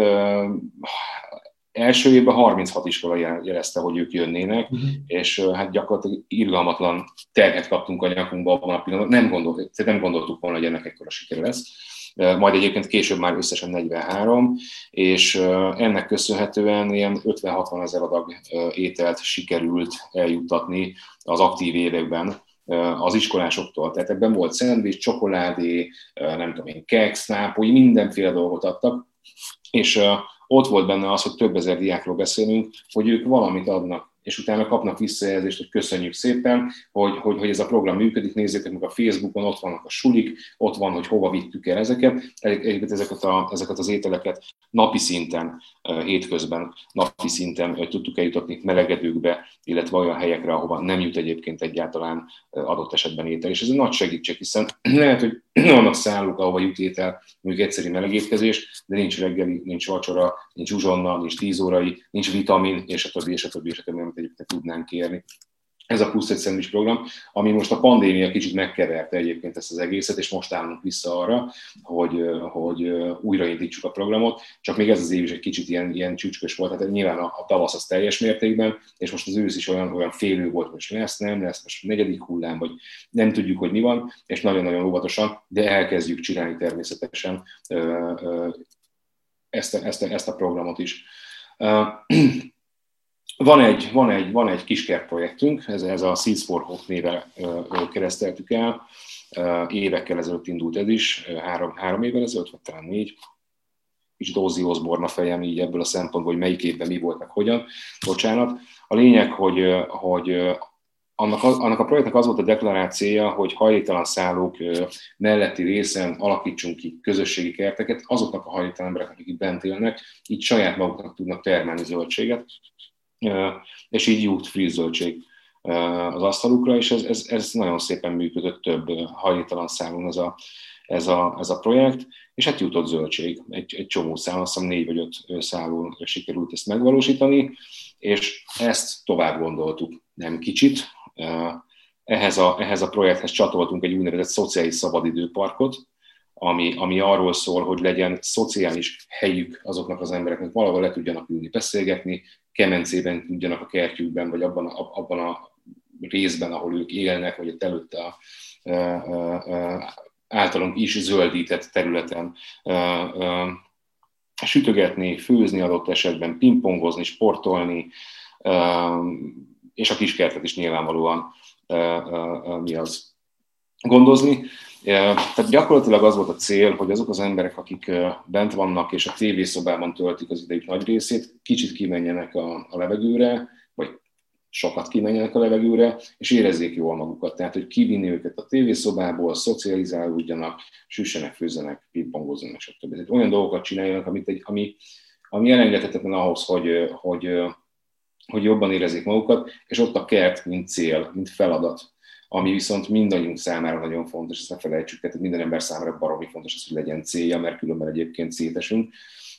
első évben harminchat iskola jelezte, hogy ők jönnének, uh-huh. és hát gyakorlatilag irgalmatlan terhet kaptunk a nyakunkba abban a pillanatban. Nem gondoltuk, nem gondoltuk volna, hogy ennek ekkora sikere lesz. Majd egyébként később már összesen negyvenhárom, és ennek köszönhetően ilyen ötven-hatvan ezer adag ételt sikerült eljuttatni az aktív években az iskolásoktól. Tehát ebben volt szendvics, csokoládé, nem tudom én, keksz, nápolyi, mindenféle dolgot adtak, és ott volt benne az, hogy több ezer diákról beszélünk, hogy ők valamit adnak, és utána kapnak visszajelzést, hogy köszönjük szépen, hogy, hogy, hogy ez a program működik, nézzétek meg a Facebookon, ott vannak a sulik, ott van, hogy hova vittük el ezeket. Egyébként ezeket, a, ezeket az ételeket napi szinten, hétközben napi szinten tudtuk eljutatni melegedőkbe, illetve olyan helyekre, ahova nem jut egyébként egyáltalán adott esetben étel. És ez egy nagy segítség, hiszen lehet, hogy vannak szállók, ahova jut étel, mondjuk egyszerű melegétkezés, de nincs reggeli, nincs vacsora, nincs uzsonna, nincs tíz órai, nincs vitamin, és a többi, és a többi, és a többi, amit egyébként tudnánk kérni. Ez a plusz egy szendvics program, ami most a pandémia kicsit megkeverte egyébként ezt az egészet, és most állunk vissza arra, hogy, hogy újraindítsuk a programot, csak még ez az év is egy kicsit ilyen, ilyen csücskös volt, tehát nyilván a, a tavasz az teljes mértékben, és most az ősz is olyan, olyan félő volt, hogy lesz, nem lesz, most negyedik hullám, vagy nem tudjuk, hogy mi van, és nagyon-nagyon óvatosan, de elkezdjük csinálni természetesen ezt a, ezt a, ezt a programot is. Van egy, van egy, van egy kiskert projektünk, ez, ez a Seeds for Hope néven kereszteltük el. Évekkel ezelőtt indult ez is, három, három évvel ezelőtt, vagy talán négy. Kicsit Ozzy Osbourne a fejem így ebből a szempontból, hogy melyik évben mi volt, meg hogyan. Bocsánat. A lényeg, hogy, hogy annak, a, annak a projektnek az volt a deklarált célja, hogy hajléktalan szállók melletti részen alakítsunk ki közösségi kerteket azoknak a hajléktalan emberek, akik itt bent élnek, így saját maguknak tudnak termelni zöldséget, és így jut free zöldség az asztalukra, és ez, ez, ez nagyon szépen működött, több hajléktalan szállón ez a, ez, a, ez a projekt, és hát jutott zöldség. Egy, egy csomó szállón, azt hiszem négy vagy öt szállón sikerült ezt megvalósítani, és ezt tovább gondoltuk, nem kicsit. Ehhez a, ehhez a projekthez csatoltunk egy úgynevezett szociális szabadidőparkot, ami, ami arról szól, hogy legyen szociális helyük azoknak az embereknek, valahol le tudjanak ülni, beszélgetni, kemencében tudjanak a kertjükben, vagy abban a, abban a részben, ahol ők élnek, vagy ott előtte a, a, a, a általunk is zöldített területen a, a, sütögetni, főzni adott esetben, pingpongozni, sportolni, a, és a kiskertet is nyilvánvalóan a, a, a, mi az gondozni. Tehát gyakorlatilag az volt a cél, hogy azok az emberek, akik bent vannak és a tévészobában töltik az idejük nagy részét, kicsit kimenjenek a, a levegőre, vagy sokat kimenjenek a levegőre, és érezzék jól magukat. Tehát, hogy kivinni őket a tévészobából, szocializálódjanak, süssenek, főzzenek, pingpongozzanak, stb. Tehát olyan dolgokat csináljanak, amit egy, ami, ami elengedhetetlen ahhoz, hogy, hogy, hogy jobban érezzék magukat, és ott a kert, mint cél, mint feladat, ami viszont mindannyiunk számára nagyon fontos, ezt ne felejtsük, tehát minden ember számára baromi fontos az, hogy legyen célja, mert különben egyébként szétesünk.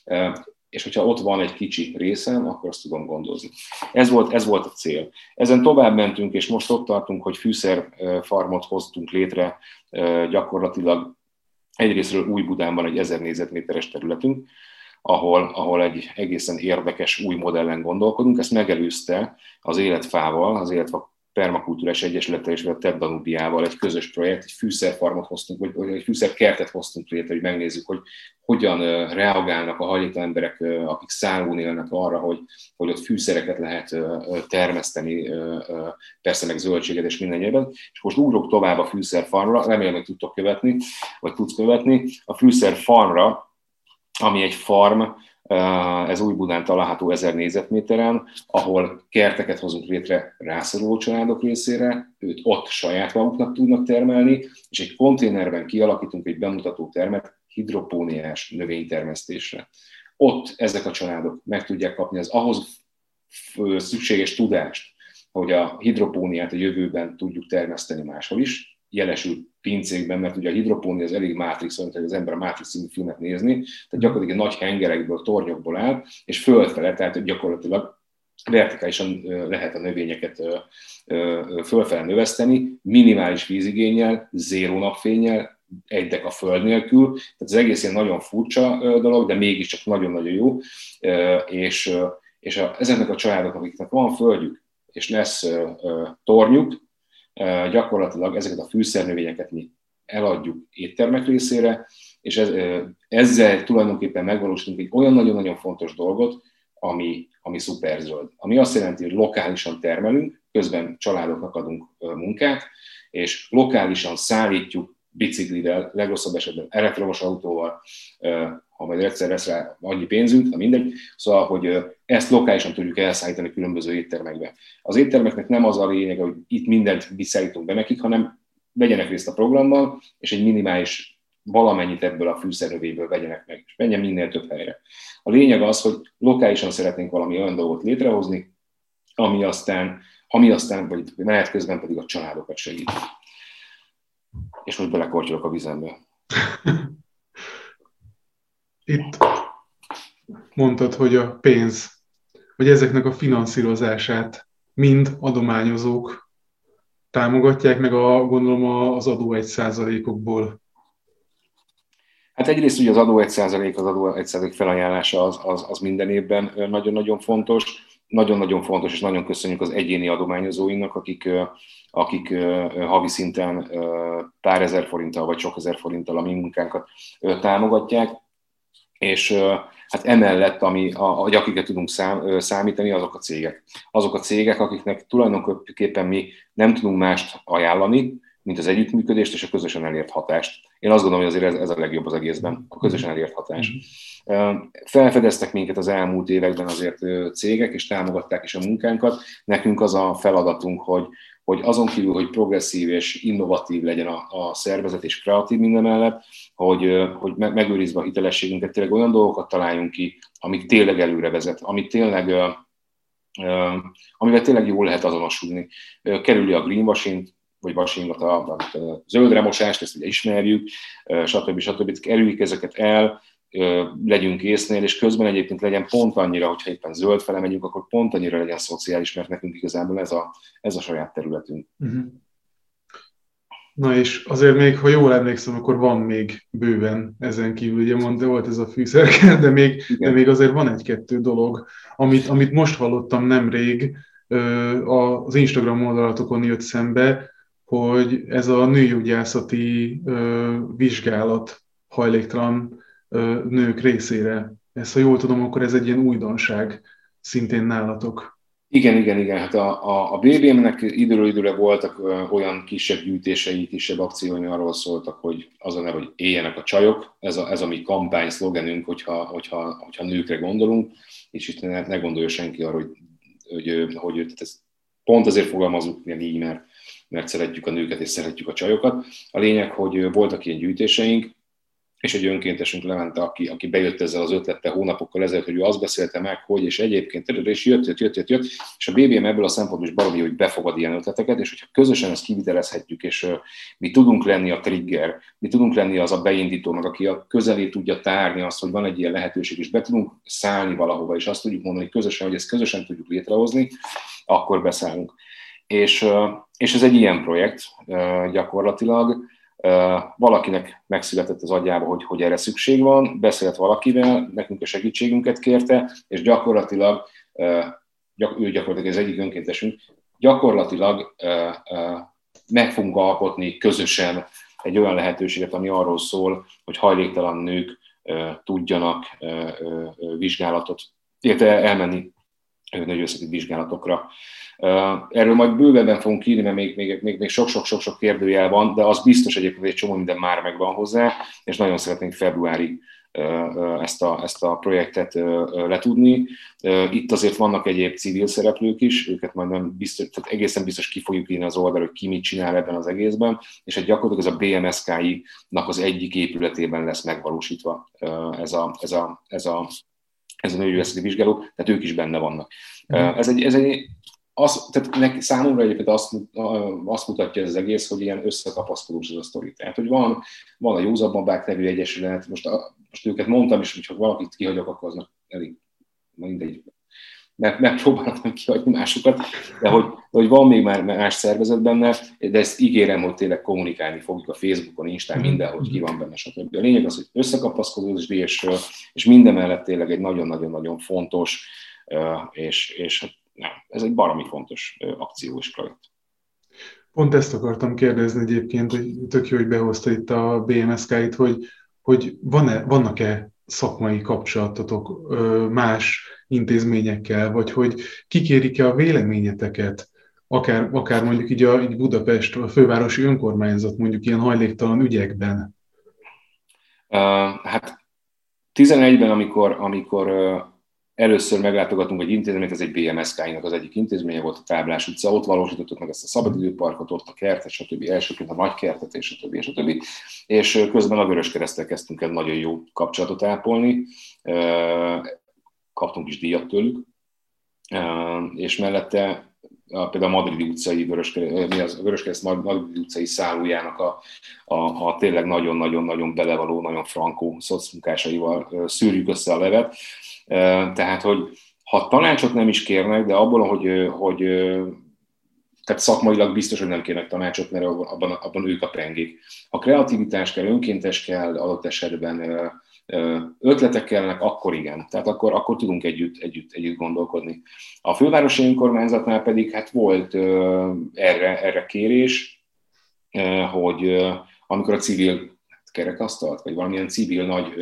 És hogyha ott van egy kicsi részem, akkor azt tudom gondozni. Ez volt, ez volt a cél. Ezen tovább mentünk, és most ott tartunk, hogy fűszerfarmot hoztunk létre gyakorlatilag. Egyrésztről Új-Budán van egy ezer négyzetméteres területünk, ahol, ahol egy egészen érdekes új modellen gondolkodunk. Ezt megelőzte az Életfával, az Életfa Permakultúrás Egyesülettel és a TED Danubiával egy közös projekt, egy fűszerfarmot hoztunk, vagy egy fűszerkertet hoztunk létre, hogy megnézzük, hogy hogyan reagálnak a hajléktalan emberek, akik szállón élnek arra, hogy, hogy ott fűszereket lehet termeszteni, persze meg zöldséget és minden egyébben. És most ugrok tovább a fűszerfarmra, remélem, hogy tudtok követni, vagy tudsz követni. A fűszerfarmra, ami egy farm, ez Új-Budán található ezer négyzetméteren, ahol kerteket hozunk létre rászoruló családok részére, őt ott saját maguknak tudnak termelni, és egy konténerben kialakítunk egy bemutató termet hidropóniás növénytermesztésre. Ott ezek a családok meg tudják kapni az ahhoz szükséges tudást, hogy a hidropóniát a jövőben tudjuk termeszteni máshol is, jelesül pincékben, mert ugye a hidropónia az elég Matrix, hogy az ember a Matrix című filmet nézni, tehát gyakorlatilag nagy hengerekből, tornyokból áll, és fölfele, tehát gyakorlatilag vertikálisan lehet a növényeket fölfele növeszteni, minimális vízigénnyel, zéró napfénnyel, egy deka föld nélkül, tehát az egész ilyen nagyon furcsa dolog, de mégiscsak nagyon-nagyon jó, és, és a, ezeknek a családoknak, akiknek van földjük, és lesz tornyuk, gyakorlatilag ezeket a fűszernövényeket mi eladjuk éttermek részére, és ez, ezzel tulajdonképpen megvalósítunk egy olyan nagyon-nagyon fontos dolgot, ami, ami szuperzöld. Ami azt jelenti, hogy lokálisan termelünk, közben családoknak adunk munkát, és lokálisan szállítjuk biciklivel, legrosszabb esetben elektromos autóval, ha majd egyszer lesz rá annyi pénzünk, na mindegy. Szóval, hogy ezt lokálisan tudjuk elszállítani különböző éttermekbe. Az éttermeknek nem az a lényeg, hogy itt mindent visszaállítunk be nekik, hanem vegyenek részt a programmal, és egy minimális valamennyit ebből a fűszernövényből vegyenek meg, és menjen minél több helyre. A lényeg az, hogy lokálisan szeretnénk valami olyan dolgot létrehozni, ami aztán, ami aztán vagy menet közben pedig a családokat segít. És most belekortyolok a vizembe. Itt mondtad, hogy a pénz, hogy ezeknek a finanszírozását mind adományozók támogatják, meg a, gondolom az adó egy százalékokból. Hát egyrészt ugye az adó egy százalék, az adó egy százalék felajánlása az, az, az minden évben nagyon-nagyon fontos. Nagyon-nagyon fontos, és nagyon köszönjük az egyéni adományozóinknak, akik, akik havi szinten pár ezer forinttal, vagy sok ezer forinttal a mi munkánkat támogatják. És hát emellett, ami, ahogy akiket tudunk szám, számítani, azok a cégek. Azok a cégek, akiknek tulajdonképpen mi nem tudunk mást ajánlani, mint az együttműködést és a közösen elért hatást. Én azt gondolom, hogy azért ez, ez a legjobb az egészben, a közösen elért hatás. Felfedeztek minket az elmúlt években azért cégek, és támogatták is a munkánkat. Nekünk az a feladatunk, hogy, hogy azon kívül, hogy progresszív és innovatív legyen a, a szervezet és kreatív minden mellett, hogy, hogy megőrizve a hitelességünket, tényleg olyan dolgokat találjunk ki, amik tényleg előre vezet, amit tényleg, amivel tényleg jól lehet azonosulni. Kerüli a greenwashing, vagy washingot, a, a zöldre mosást, ezt ugye ismerjük, stb. stb. Kerüljük ezeket el, legyünk észnél, és közben egyébként legyen pont annyira, hogyha éppen zöld fele megyünk, akkor pont annyira legyen szociális, mert nekünk igazából ez a, ez a saját területünk. Uh-huh. Na és azért még, ha jól emlékszem, akkor van még bőven ezen kívül, ugye mondta, volt ez a fűszerker, de még, de még azért van egy-kettő dolog, amit, amit most hallottam nemrég, az Instagram oldalatokon jött szembe, hogy ez a nőgyógyászati vizsgálat hajléktalan nők részére. Ezt, ha jól tudom, akkor ez egy ilyen újdonság szintén nálatok. Igen, igen, igen. Hát a, a, a bé bé em-nek időről időre voltak olyan kisebb gyűjtései, kisebb akciói, arról szóltak, hogy az a neve, hogy éljenek a csajok. Ez a, ez a mi kampány szlogenünk, hogyha, hogyha, hogyha nőkre gondolunk, és itt ne, ne gondolja senki arra, hogy, hogy, hogy, hogy ez pont azért fogalmazunk így, mert, mert szeretjük a nőket és szeretjük a csajokat. A lényeg, hogy voltak ilyen gyűjtéseink, és egy önkéntesünk Levente, aki, aki bejött ezzel az ötlettel hónapokkal ezelőtt, hogy ő azt beszélte meg, hogy, és egyébként, és jött, jött, jött, jött, jött, és a bé bé em ebből a szempontból is baromi, hogy befogad ilyen ötleteket, és hogyha közösen ezt kivitelezhetjük, és uh, mi tudunk lenni a trigger, mi tudunk lenni az a beindító, meg aki a közelé tudja tárni azt, hogy van egy ilyen lehetőség, és be tudunk szállni valahova, és azt tudjuk mondani közösen, hogy ezt közösen tudjuk létrehozni, akkor beszállunk. És, uh, és ez egy ilyen projekt uh, gyakorlatilag. Valakinek megszületett az agyába, hogy, hogy erre szükség van, beszélt valakivel, nekünk a segítségünket kérte, és gyakorlatilag, ő gyakorlatilag az egyik önkéntesünk, gyakorlatilag meg fogunk alkotni közösen egy olyan lehetőséget, ami arról szól, hogy hajléktalan nők tudjanak vizsgálatot, illetve elmenni nőgyógyászati vizsgálatokra. Erről majd bővebben fogunk írni, mert még, még, még, még sok-sok-sok kérdőjel van, de az biztos egyébként, hogy egy csomó minden már megvan hozzá, és nagyon szeretnénk februárig ezt a, ezt a projektet letudni. Itt azért vannak egyéb civil szereplők is, őket majd nem biztos, tehát egészen biztos ki fogjuk írni az oldalra, hogy ki mit csinál ebben az egészben, és egy gyakorlatilag ez a bé em es ká i-nak az egyik épületében lesz megvalósítva ez a, ez a, ez a, ez a nőgyógyászati vizsgáló, tehát ők is benne vannak. Mm. Ez egy, ez egy Az, tehát neki, számomra egyébként azt, azt mutatja ez az egész, hogy ilyen összekapaszkodós ez a sztori. Tehát, hogy van, van a Józan Babák nevű egyesület, most, a, most őket mondtam is, hogy ha valakit kihagyok, akkor aznak elég, mindegy, mert megpróbálok nem kihagyni másokat, de hogy, hogy van még már más szervezet benne, de ezt ígérem, hogy tényleg kommunikálni fogjuk a Facebookon, Instán, mindenhol, hogy ki van benne, stb. A lényeg az, hogy összekapaszkodós, és, és minden mellett tényleg egy nagyon-nagyon-nagyon fontos, és, és nem, ez egy baromi fontos akció és projekt. Pont ezt akartam kérdezni egyébként, hogy tök jó, hogy behozta itt a bé em es ká i-t, hogy, hogy van-e, vannak-e szakmai kapcsolatotok más intézményekkel, vagy hogy kikérik-e a véleményeteket, akár, akár mondjuk így, a, így Budapest, a fővárosi önkormányzat mondjuk ilyen hajléktalan ügyekben? Uh, hát tizenegyben, amikor, amikor uh, először meglátogatunk egy intézményt, ez egy bé em es ká i-nak az egyik intézménye volt, a Táblás utca, ott valósítottuk meg ezt a szabadidőparkot, ott a kertet, stb. Elsőként a nagy kertet, és stb. stb. És közben a Vöröskereszttel kezdtünk el nagyon jó kapcsolatot ápolni, kaptunk is díjat tőlük, és mellette például a Madridi utcai Vöröskereszt Madridi utcai szállójának a, a, a tényleg nagyon-nagyon-nagyon belevaló, nagyon frankó szocmunkásaival szűrjük össze a levet. Tehát, hogy ha tanácsot nem is kérnek, de abból, hogy, hogy tehát szakmailag biztos, hogy nem kérnek tanácsot, mert abban, abban ők a pengék. Ha kreativitás kell, önkéntes kell, adott esetben ötletek kellnek, akkor igen. Tehát akkor, akkor tudunk együtt, együtt, együtt gondolkodni. A fővárosi önkormányzatnál pedig hát volt erre, erre kérés, hogy amikor a civil kerekasztalt, vagy valamilyen civil nagy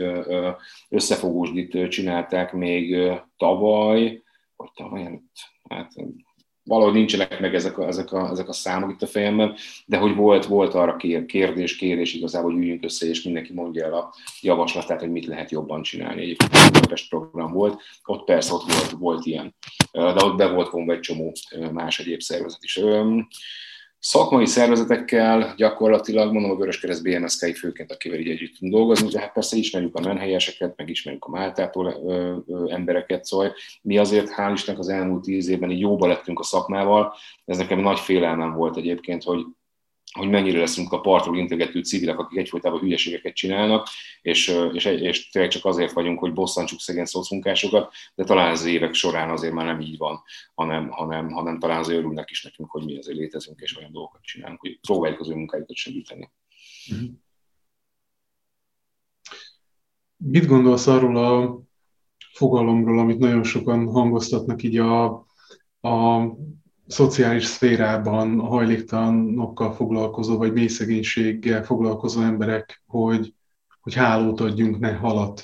összefogósdit csinálták még tavaly, vagy tavaly előtt, hát valahogy nincsenek meg ezek a, ezek, a, ezek a számok itt a fejemben, de hogy volt, volt arra kér, kérdés, kérés igazából, hogy üljünk össze, és mindenki mondja el a javaslatát, hogy mit lehet jobban csinálni. Egyébként a Budapest program volt, ott persze ott volt, volt ilyen, de ott be volt vonva egy csomó más egyéb szervezet is. Szakmai szervezetekkel gyakorlatilag, mondom, a Vöröskereszt bé em es ká-i főként, akivel így együtt tudunk dolgozni, de hát persze ismerjük a menhelyeseket, meg ismerjük a Máltától ö, ö, embereket, szóval mi azért, hál' Istennek az elmúlt tíz évben így jóba lettünk a szakmával, ez nekem nagy félelmem volt egyébként, hogy hogy mennyire leszünk a partról integető civilek, akik egyfolytában hülyeségeket csinálnak, és, és, és tényleg csak azért vagyunk, hogy bosszantsuk szegény szocmunkásokat, de talán az évek során azért már nem így van, hanem, hanem, hanem talán azért örülnek is nekünk, hogy mi azért létezünk, és olyan dolgokat csinálunk, hogy próbáljuk az ő munkájukat segíteni. Mit gondolsz arról a fogalomról, amit nagyon sokan hangoztatnak így a, a szociális szférában a hajléktalanokkal foglalkozó, vagy mélyszegénységgel foglalkozó emberek, hogy, hogy hálót adjunk, ne halat?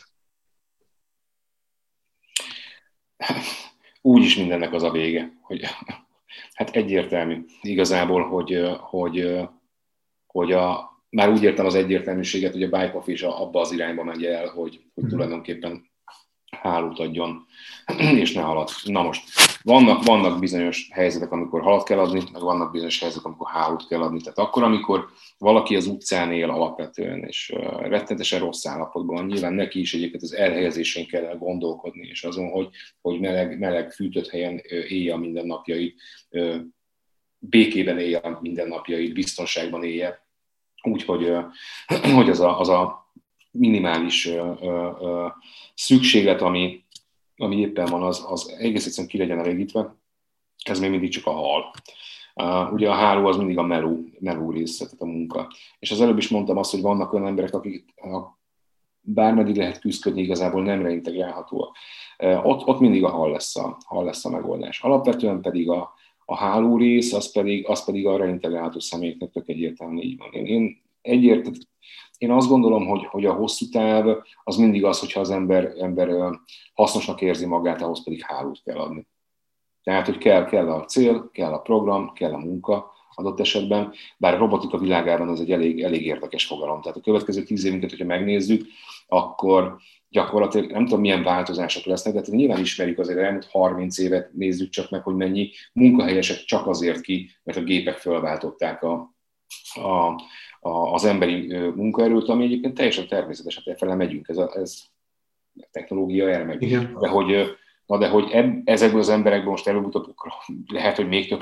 Úgyis mindennek az a vége, hogy hát egyértelmű igazából, hogy, hogy, hogy a, már úgy értem az egyértelműséget, hogy a BiPAF is abba az irányba megy el, hogy, hogy mm. tulajdonképpen hálót adjon, és ne halat. Na most, vannak, vannak bizonyos helyzetek, amikor halat kell adni, meg vannak bizonyos helyzetek, amikor hálót kell adni. Tehát akkor, amikor valaki az utcán él alapvetően, és uh, rettenetesen rossz állapotban, nyilván neki is egyébként az elhelyezésén kell gondolkodni, és azon, hogy, hogy meleg, meleg, fűtött helyen uh, élje a mindennapjait, uh, békében élje a mindennapjait, biztonságban élje, úgyhogy uh, hogy az a, az a minimális uh, uh, szükséglet, ami, ami éppen van, az, az egész egyszerűen ki legyen elégítve, ez még mindig csak a hal. Uh, ugye a háló az mindig a meló, meló része, tehát a munka. És az előbb is mondtam azt, hogy vannak olyan emberek, akik bármeddig lehet küzdködni, igazából nem reintegrálhatóak. Uh, ott, ott mindig a hal lesz a, hal lesz a megoldás. Alapvetően pedig a, a háló rész, az pedig, az pedig a reintegrálható személyeknek tök egyértelműen így van. Én, én egyértelmű, Én azt gondolom, hogy, hogy a hosszú táv az mindig az, hogyha az ember, ember hasznosnak érzi magát, ahhoz pedig hálót kell adni. Tehát, hogy kell, kell a cél, kell a program, kell a munka adott esetben, bár a robotika világában ez egy elég, elég érdekes fogalom. Tehát a következő tíz évünket, hogyha megnézzük, akkor gyakorlatilag nem tudom, milyen változások lesznek, de nyilván ismerjük azért elmúlt harminc évet, nézzük csak meg, hogy mennyi munkahelyesek csak azért ki, mert a gépek felváltották a, a az emberi munkaerőt, ami egyébként teljesen természetes, hát efele megyünk, ez a, ez a technológia elmegy. Igen. De hogy, na de hogy eb, ezekből az emberekből most előbb-utóbb lehet, hogy még, több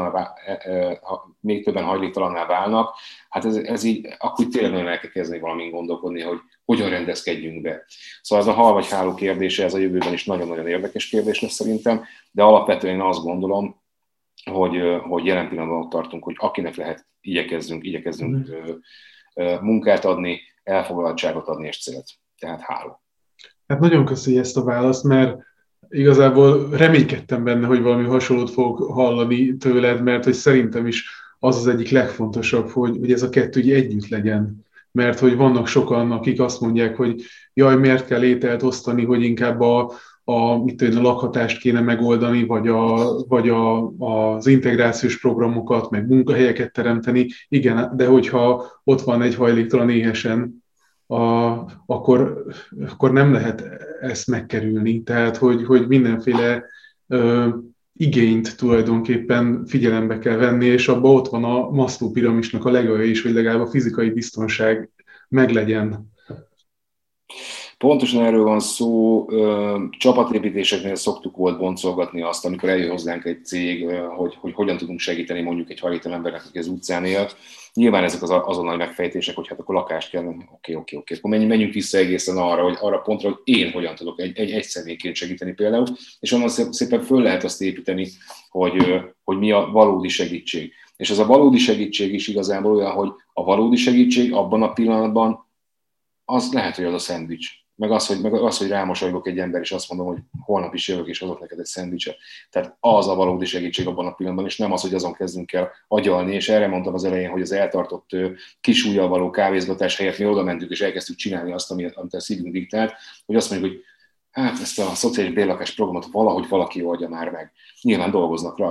még többen hajléktalanná válnak, hát ez, ez így, akkor tényleg nagyon el kell kezdeni valamin gondolkodni, hogy hogyan rendezkedjünk be. Szóval ez a hal vagy háló kérdése, ez a jövőben is nagyon-nagyon érdekes kérdés lesz szerintem, de alapvetően én azt gondolom, hogy, hogy jelen pillanatban ott tartunk, hogy akinek lehet, igyekezzünk, igyekezzünk mm. munkát adni, elfoglaltságot adni és célt. Tehát háló. Hát nagyon köszi ezt a választ, mert igazából reménykedtem benne, hogy valami hasonlót fogok hallani tőled, mert hogy szerintem is az az egyik legfontosabb, hogy, hogy ez a kettő így együtt legyen. Mert hogy vannak sokan, akik azt mondják, hogy jaj, miért kell ételt osztani, hogy inkább a A, mit tudom, a lakhatást kéne megoldani, vagy, a, vagy a, az integrációs programokat, meg munkahelyeket teremteni. Igen, de hogyha ott van egy hajléktalan éhesen, a, akkor, akkor nem lehet ezt megkerülni. Tehát, hogy, hogy mindenféle ö, igényt tulajdonképpen figyelembe kell venni, és abban ott van a Maslow piramisnak a legalja is, hogy legalább a fizikai biztonság meglegyen. Pontosan erről van szó, csapatépítéseknél szoktuk volt boncolgatni azt, amikor eljön hozzánk egy cég, hogy, hogy hogyan tudunk segíteni mondjuk egy hajléktalan embernek, aki az utcán él. Nyilván ezek az azonnali megfejtések, hogy hát akkor lakást kell, oké, oké, oké, akkor menjünk vissza egészen arra, hogy arra pontra, hogy én hogyan tudok egy, egy, egy személyként segíteni például, és onnan szépen föl lehet azt építeni, hogy, hogy mi a valódi segítség. És ez a valódi segítség is igazából olyan, hogy a valódi segítség abban a pillanatban az lehet, hogy az a szendvics. Meg az, hogy, meg az, hogy rámosolygok egy ember, és azt mondom, hogy holnap is jövök, és hozok neked egy szendvicset. Tehát az a valódi segítség abban a pillanatban, és nem az, hogy azon kezdünk el agyalni, és erre mondtam az elején, hogy az eltartott kis ujjal való kávézgatás helyett mi oda mentünk, és elkezdtük csinálni azt, amit, amit a szívünk diktált, hogy azt mondjuk, hogy hát ezt a szociális bérlakás programot valahogy valaki oldja már meg. Nyilván dolgoznak rajta,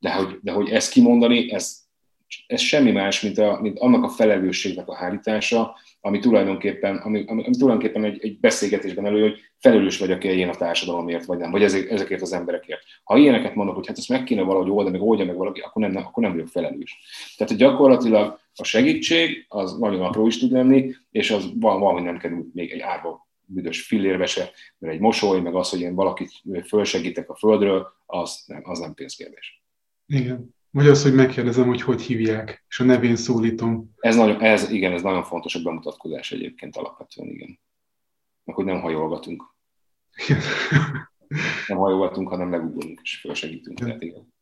De hogy, de hogy ezt kimondani, ez, ez semmi más, mint, a, mint annak a felelősségnek a hárítása, ami tulajdonképpen, ami, ami, ami tulajdonképpen egy, egy beszélgetésben elő, hogy felelős vagyok-e én a társadalomért, vagy nem, vagy ezek, ezekért az emberekért. Ha ilyeneket mondok, hogy hát ezt meg kéne valahogy oldani, meg oldja meg valaki, akkor nem, akkor nem vagyok felelős. Tehát gyakorlatilag a segítség az nagyon apró is tud lenni, és az valami nem kerül még egy árba büdös fillérbe se, mert egy mosoly, meg az, hogy én valakit fölsegítek a földről, az nem, az nem pénzkérdés. Igen. Vagy az, hogy megkérdezem, hogy hogy hívják, és a nevén szólítom. Ez, nagyon, ez, igen, ez nagyon fontos a bemutatkozás egyébként alapvetően, igen. Meg hogy nem hajolgatunk. Igen. Nem hajolgatunk, hanem legugolunk és fölsegítünk. Tehát, igen.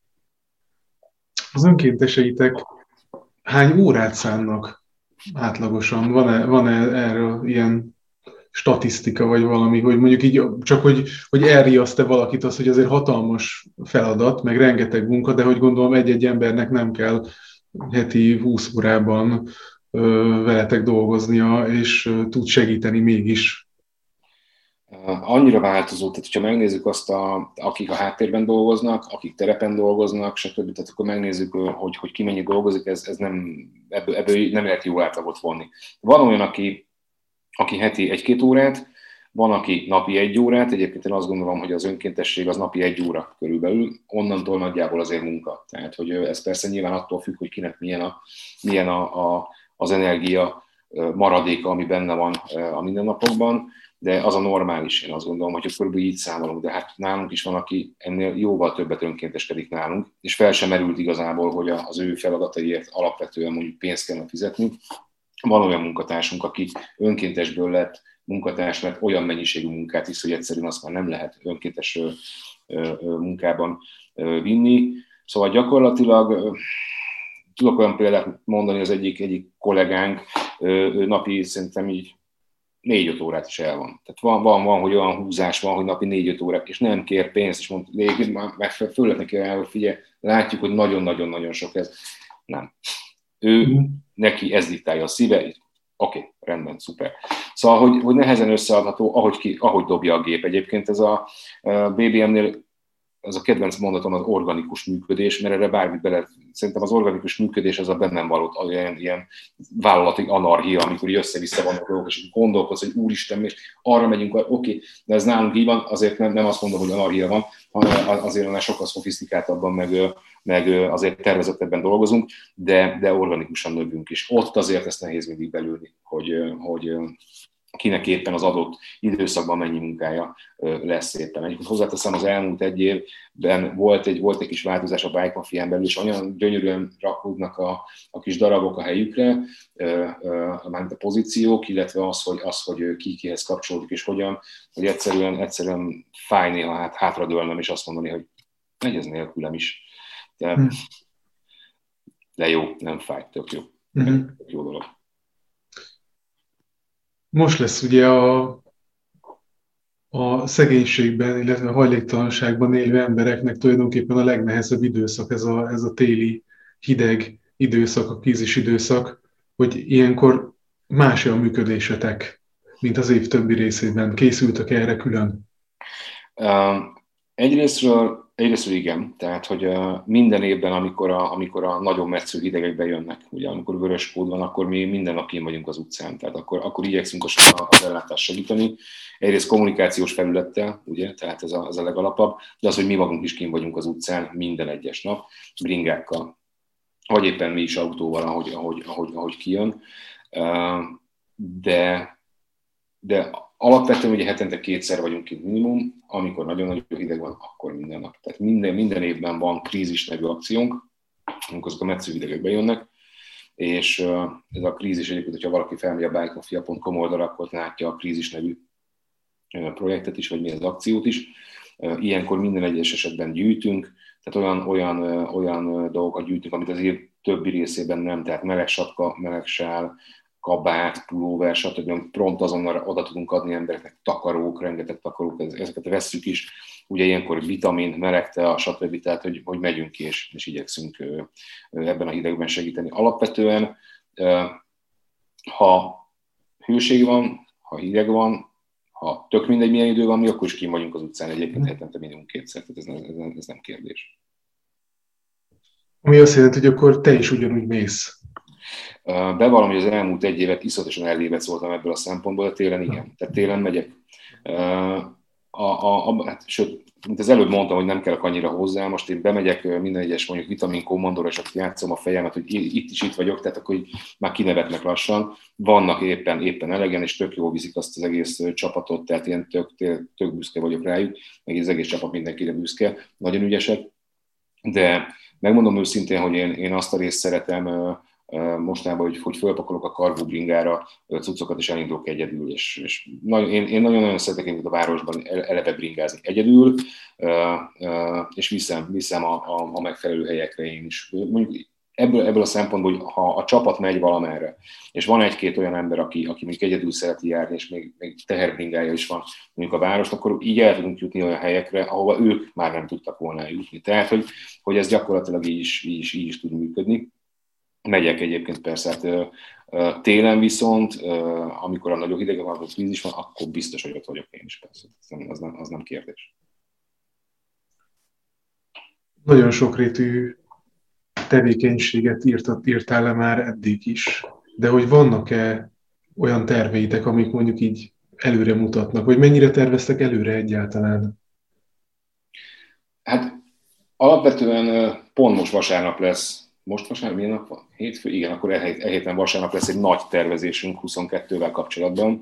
Az önkénteseitek hány órát szánnak átlagosan? Van-e, van-e erről ilyen statisztika, vagy valami, hogy mondjuk így csak, hogy, hogy elriaszt-e valakit az, hogy azért hatalmas feladat, meg rengeteg munka, de hogy gondolom egy-egy embernek nem kell heti húsz órában ö, veletek dolgoznia, és ö, tud segíteni mégis. Annyira változó, tehát ha megnézzük azt, a, akik a háttérben dolgoznak, akik terepen dolgoznak, stb. Tehát akkor megnézzük, hogy, hogy ki mennyi dolgozik, ez, ez nem, ebből, ebből nem lehet jó átlagot vonni. Van olyan, aki, aki heti egy-két órát, van, aki napi egy órát, egyébként én azt gondolom, hogy az önkéntesség az napi egy óra körülbelül, onnantól nagyjából azért munka. Tehát, hogy ez persze nyilván attól függ, hogy kinek milyen, a, milyen a, a, az energia maradéka, ami benne van a mindennapokban, de az a normális, én azt gondolom, hogy körülbelül így számolunk, de hát nálunk is van, aki ennél jóval többet önkénteskedik nálunk, és fel sem merült igazából, hogy az ő feladataiért alapvetően mondjuk pénzt kellene fizetni. Van olyan munkatársunk, aki önkéntesből lett munkatárs, mert olyan mennyiségű munkát is, hogy egyszerűen azt már nem lehet önkéntes munkában vinni. Szóval gyakorlatilag tudok olyan példát mondani, az egyik, egyik kollégánk napi szerintem így négy-öt órát is el van. Tehát van, van, van, hogy olyan húzás van, hogy napi négy-öt órák, és nem kér pénzt, és mondta, meg föl lett neki el, hogy figyelj, látjuk, hogy nagyon-nagyon-nagyon sok ez. Nem. Ő, mm. neki ez diktálja a szíve, oké, okay, rendben, szuper. Szóval, hogy, hogy nehezen összeadható, ahogy, ki, ahogy dobja a gép. Egyébként ez a, a bé bé em-nél az a kedvenc mondatom az organikus működés, mert erre bármit bele, szerintem az organikus működés az a bennem való olyan ilyen vállalati anarchia, amikor így össze-vissza vannak dolgok, és gondolkodsz, hogy úristen, és arra megyünk, oké, okay, de ez nálunk így van, azért nem, nem azt mondom, hogy anarchia van, hanem azért annál sokkal szofisztikáltabban, meg, meg azért tervezettebben dolgozunk, de, de organikusan növünk is. Ott azért ezt nehéz mindig belülni, hogy, hogy kinek éppen az adott időszakban mennyi munkája lesz éppen. Egyébként hozzáteszem, az elmúlt egy évben volt egy, volt egy kis változás a Bike Mafián belül, és olyan gyönyörűen rakódnak a, a kis darabok a helyükre, mármint a pozíciók, illetve az, hogy, az, hogy ki kihez kapcsolódik és hogyan, hogy egyszerűen, egyszerűen fáj néha hát hátradőlnem és azt mondani, hogy megy ez nélkülem is. De, hmm. de jó, nem fáj, tök jó. Hmm. Tök jó dolog. Most lesz ugye a, a szegénységben, illetve a hajléktalanságban élő embereknek tulajdonképpen a legnehezebb időszak, ez a, ez a téli hideg időszak, a krízis időszak, hogy ilyenkor más a működésetek, mint az év többi részében. Készültek erre külön? Um, egyrésztről Egyrésztről igen, tehát hogy uh, minden évben, amikor a, amikor a nagyon metsző hidegek bejönnek, ugye amikor vörös kód van, akkor mi minden nap kín vagyunk az utcán, tehát akkor, akkor igyekszünk az ellátást segíteni. Egyrészt kommunikációs felülettel, ugye, tehát ez a, ez a legalapabb, de az, hogy mi magunk is kín vagyunk az utcán minden egyes nap, bringákkal, vagy éppen mi is autóval, ahogy, ahogy, ahogy, ahogy kijön. Uh, de, de alapvetően ugye hetente kétszer vagyunk kint minimum, amikor nagyon-nagyon hideg van, akkor minden nap. Tehát minden, minden évben van krízis nevű akciónk, amikor azok a metsző hidegek bejönnek, és ez a krízis egyébként, hogyha valaki felmegy a bike mafia pont com oldalra, akkor látja a krízis nevű projektet is, vagy mi az akciót is. Ilyenkor minden egyes esetben gyűjtünk, tehát olyan, olyan, olyan dolgokat gyűjtünk, amit az év többi részében nem, tehát meleg sapka, meleg sál, kabát, pulóver, stb. Prompt azonnal oda tudunk adni embereknek takarók, rengeteg takarók, ezeket vesszük is. Ugye ilyenkor vitamin, melegte, stb. Tehát, hogy, hogy megyünk ki, és, és igyekszünk ebben a hidegben segíteni. Alapvetően, ha hőség van, ha hideg van, ha tök mindegy milyen idő van, mi akkor is kín vagyunk az utcán egyébként hetente minimum kétszer, tehát ez, ez, ez nem kérdés. Ami azt jelenti, hogy akkor te is ugyanúgy mész. Bevallom, hogy az elmúlt egy évet iszonyatosan ellévet szóltam ebből a szempontból, de télen igen. Tehát télen megyek. A, a, a, hát, sőt, mint az előbb mondtam, hogy nem kell annyira hozzá, most én bemegyek minden egyes mondjuk vitamin kommandóra, és akkor játszom a fejemet, hogy itt is itt vagyok, tehát akkor már kinevetnek lassan. Vannak éppen, éppen elegen, és tök jól viszik azt az egész csapatot, tehát én tök, tök büszke vagyok rájuk, meg az egész csapat mindenkire büszke, nagyon ügyesek. De megmondom őszintén, hogy én, én azt a részt szeretem mostanában, hogy, hogy fölpakolok a Cargo bringára cuccokat, és elindulok egyedül. És, és nagyon, én, én nagyon-nagyon szeretek a városban eleve bringázni egyedül, és viszem, viszem a, a, a megfelelő helyekre én is. Mondjuk ebből, ebből a szempontból, hogy ha a csapat megy valamerre, és van egy-két olyan ember, aki, aki mondjuk egyedül szereti járni, és még, még teherbringája is van mondjuk a várost, akkor így el tudunk jutni olyan helyekre, ahova ők már nem tudtak volna jutni. Tehát, hogy, hogy ez gyakorlatilag így is, így is, így is tud működni. Megyek egyébként persze, hát télen viszont, amikor a nagyon hideg van, az víz is van, akkor biztos, hogy ott vagyok én is persze. Az nem, az nem kérdés. Nagyon sokrétű tevékenységet írtat, írtál le már eddig is, de hogy vannak-e olyan terveitek, amik mondjuk így előre mutatnak, vagy mennyire terveztek előre egyáltalán? Hát alapvetően pont most vasárnap lesz, most vasárnap milyen nap van? Hétfő? Igen, akkor e héten vasárnap lesz egy nagy tervezésünk huszonkettővel kapcsolatban.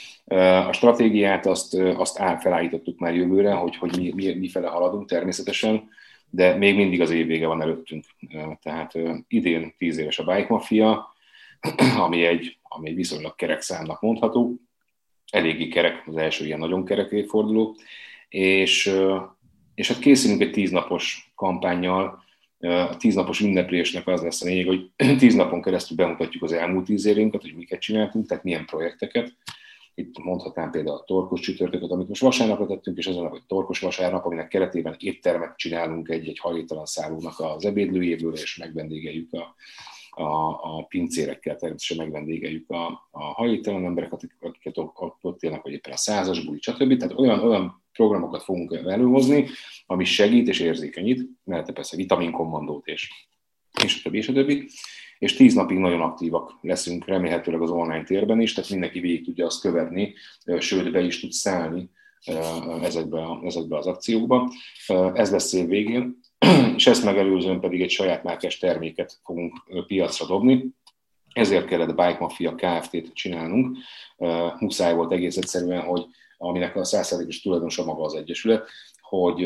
A stratégiát azt, azt felállítottuk már jövőre, hogy, hogy mi, mi, mifele haladunk természetesen, de még mindig az év vége van előttünk. Tehát idén tíz éves a Bike Mafia, ami egy, ami egy viszonylag kerek számnak mondható, eléggé kerek, az első ilyen nagyon kerek évforduló, és, és hát készülünk egy tíznapos kampánnyal. A tíznapos ünneplésnek az lesz a lényeg, hogy tíz napon keresztül bemutatjuk az elmúlt tíz évünket, hogy miket csináltunk, tehát milyen projekteket. Itt mondhatnám például a torkos csütörtököt, amit most vasárnapra tettünk, és azon, hogy torkos vasárnap, aminek keretében éttermet csinálunk egy-egy hajléktalan szállónak az ebédlőjéből, és megvendégeljük a, a, a pincérekkel, természetesen megvendégeljük a, a hajléktalan embereket, akiket ott élnek, vagy éppen a százas buli, stb. Tehát olyan, olyan programokat fogunk előhozni, ami segít és érzékenyít, mellette persze vitaminkommandót és, és a többi, és a többi. És tíz napig nagyon aktívak leszünk, remélhetőleg az online térben is, tehát mindenki végig tudja azt követni, sőt be is tud szállni ezekbe, a, ezekbe az akciókba. Ez lesz év végén, és ezt megelőzően pedig egy saját márkás terméket fogunk piacra dobni. Ezért kellett a Bike Mafia Kft-t csinálnunk. Muszáj volt egész egyszerűen, hogy aminek a száz százalékos tulajdonosa maga az egyesület, hogy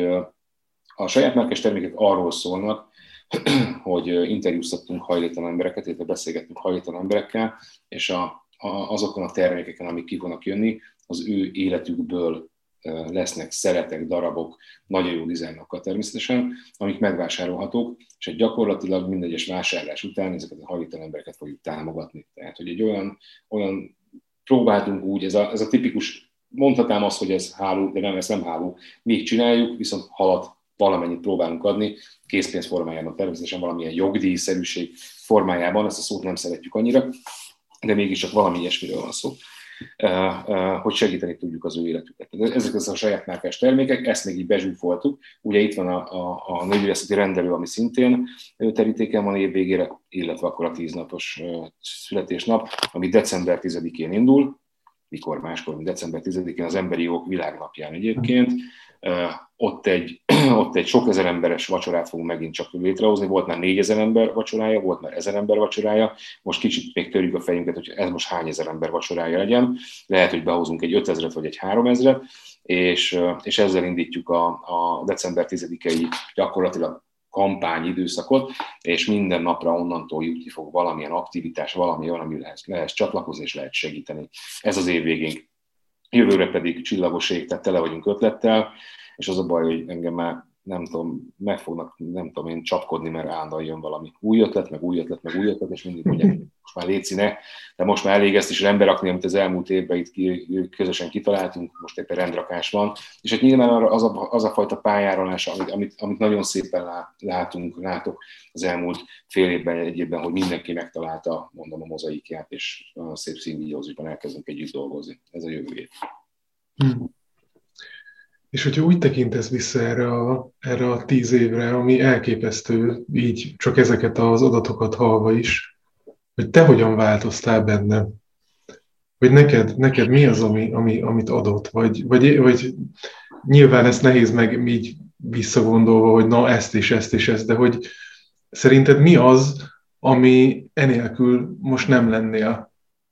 a saját márkás termékek arról szólnak, hogy interjúztattunk hajléktalan embereket, illetve beszélgettünk hajléktalan emberekkel, és a, a, azokon a termékeken, amik ki fognak jönni, az ő életükből lesznek szeletek, darabok, nagyon jó dizájnokkal természetesen, amik megvásárolhatók, és egy gyakorlatilag minden egyes vásárlás után ezeket a hajléktalan embereket fogjuk támogatni. Tehát, hogy egy olyan, olyan próbáltunk úgy, ez a, ez a tipikus, mondhatnám azt, hogy ez háló, de nem, ez nem háló, mi csináljuk, viszont halat valamennyit próbálunk adni, készpénz formájában, természetesen valamilyen jogdíjszerűség formájában, ezt a szót nem szeretjük annyira, de mégiscsak valami ilyesmiről van szó, hogy segíteni tudjuk az ő életüket. Ezek az a saját márkás termékek, ezt még így bezsúfoltuk. Ugye itt van a, a, a nőgyógyászati rendelő, ami szintén terítéken van év végére, illetve akkor a tíznapos születésnap, ami december tizedikén indul, mikor máskor, mint december tizedikén, az Emberi Jogok Világnapján egyébként. Ott egy, ott egy sok ezer emberes vacsorát fogunk megint csak létrehozni. Volt már négyezer ember vacsorája, volt már ezer ember vacsorája. Most kicsit még törjük a fejünket, hogy ez most hány ezer ember vacsorája legyen. Lehet, hogy behozunk egy ötezret vagy egy háromezret, és, és ezzel indítjuk a, a december tizedikei gyakorlatilag kampány időszakot, és minden napra onnantól jutni fog valamilyen aktivitás, valami olyan, ami lehet, lehet csatlakozni és lehet segíteni. Ez az év végén. Jövőre pedig csillagos ég, tehát tele vagyunk ötlettel, és az a baj, hogy engem már nem tudom, meg fognak, nem tudom én csapkodni, mert állandóan jön valami új ötlet, meg új ötlet, meg új ötlet, és mindig mondják, most már légy színe, de most már elég ezt is rendbe rakni, amit az elmúlt évben itt közösen kitaláltunk, most éppen rendrakás van. És hát nyilván az a, az a fajta pályárolás, amit, amit, amit nagyon szépen látunk, látok az elmúlt fél évben, egy évben, hogy mindenki megtalálta, mondom, a mozaikját, és a szép színvígyózásban elkezdünk együtt dolgozni. Ez a jövő év. Hmm. És hogyha úgy tekintesz vissza erre a, erre a tíz évre, ami elképesztő, így csak ezeket az adatokat hallva is, hogy te hogyan változtál benne? Hogy neked, neked mi az, ami, ami, amit adott? Vagy, vagy, vagy nyilván ezt nehéz meg így visszagondolva, hogy na ezt és ezt és ezt, de hogy szerinted mi az, ami enélkül most nem lennél?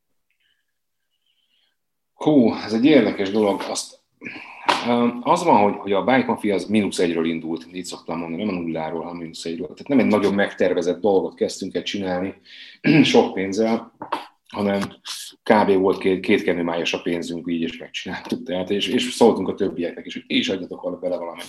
Hú, ez egy érdekes dolog. Azt, az van, hogy, hogy a Bike Mafia az mínusz egyről indult, így szoktam mondani, nem a nulláról, hanem mínusz egyről. Tehát nem egy nagyon megtervezett dolgot kezdtünk el csinálni sok pénzzel, hanem kb. Volt két, két kenőmájas a pénzünk, így is megcsináltuk. Tehát, és, és szóltunk a többieknek is, hogy is adjatok bele valamit.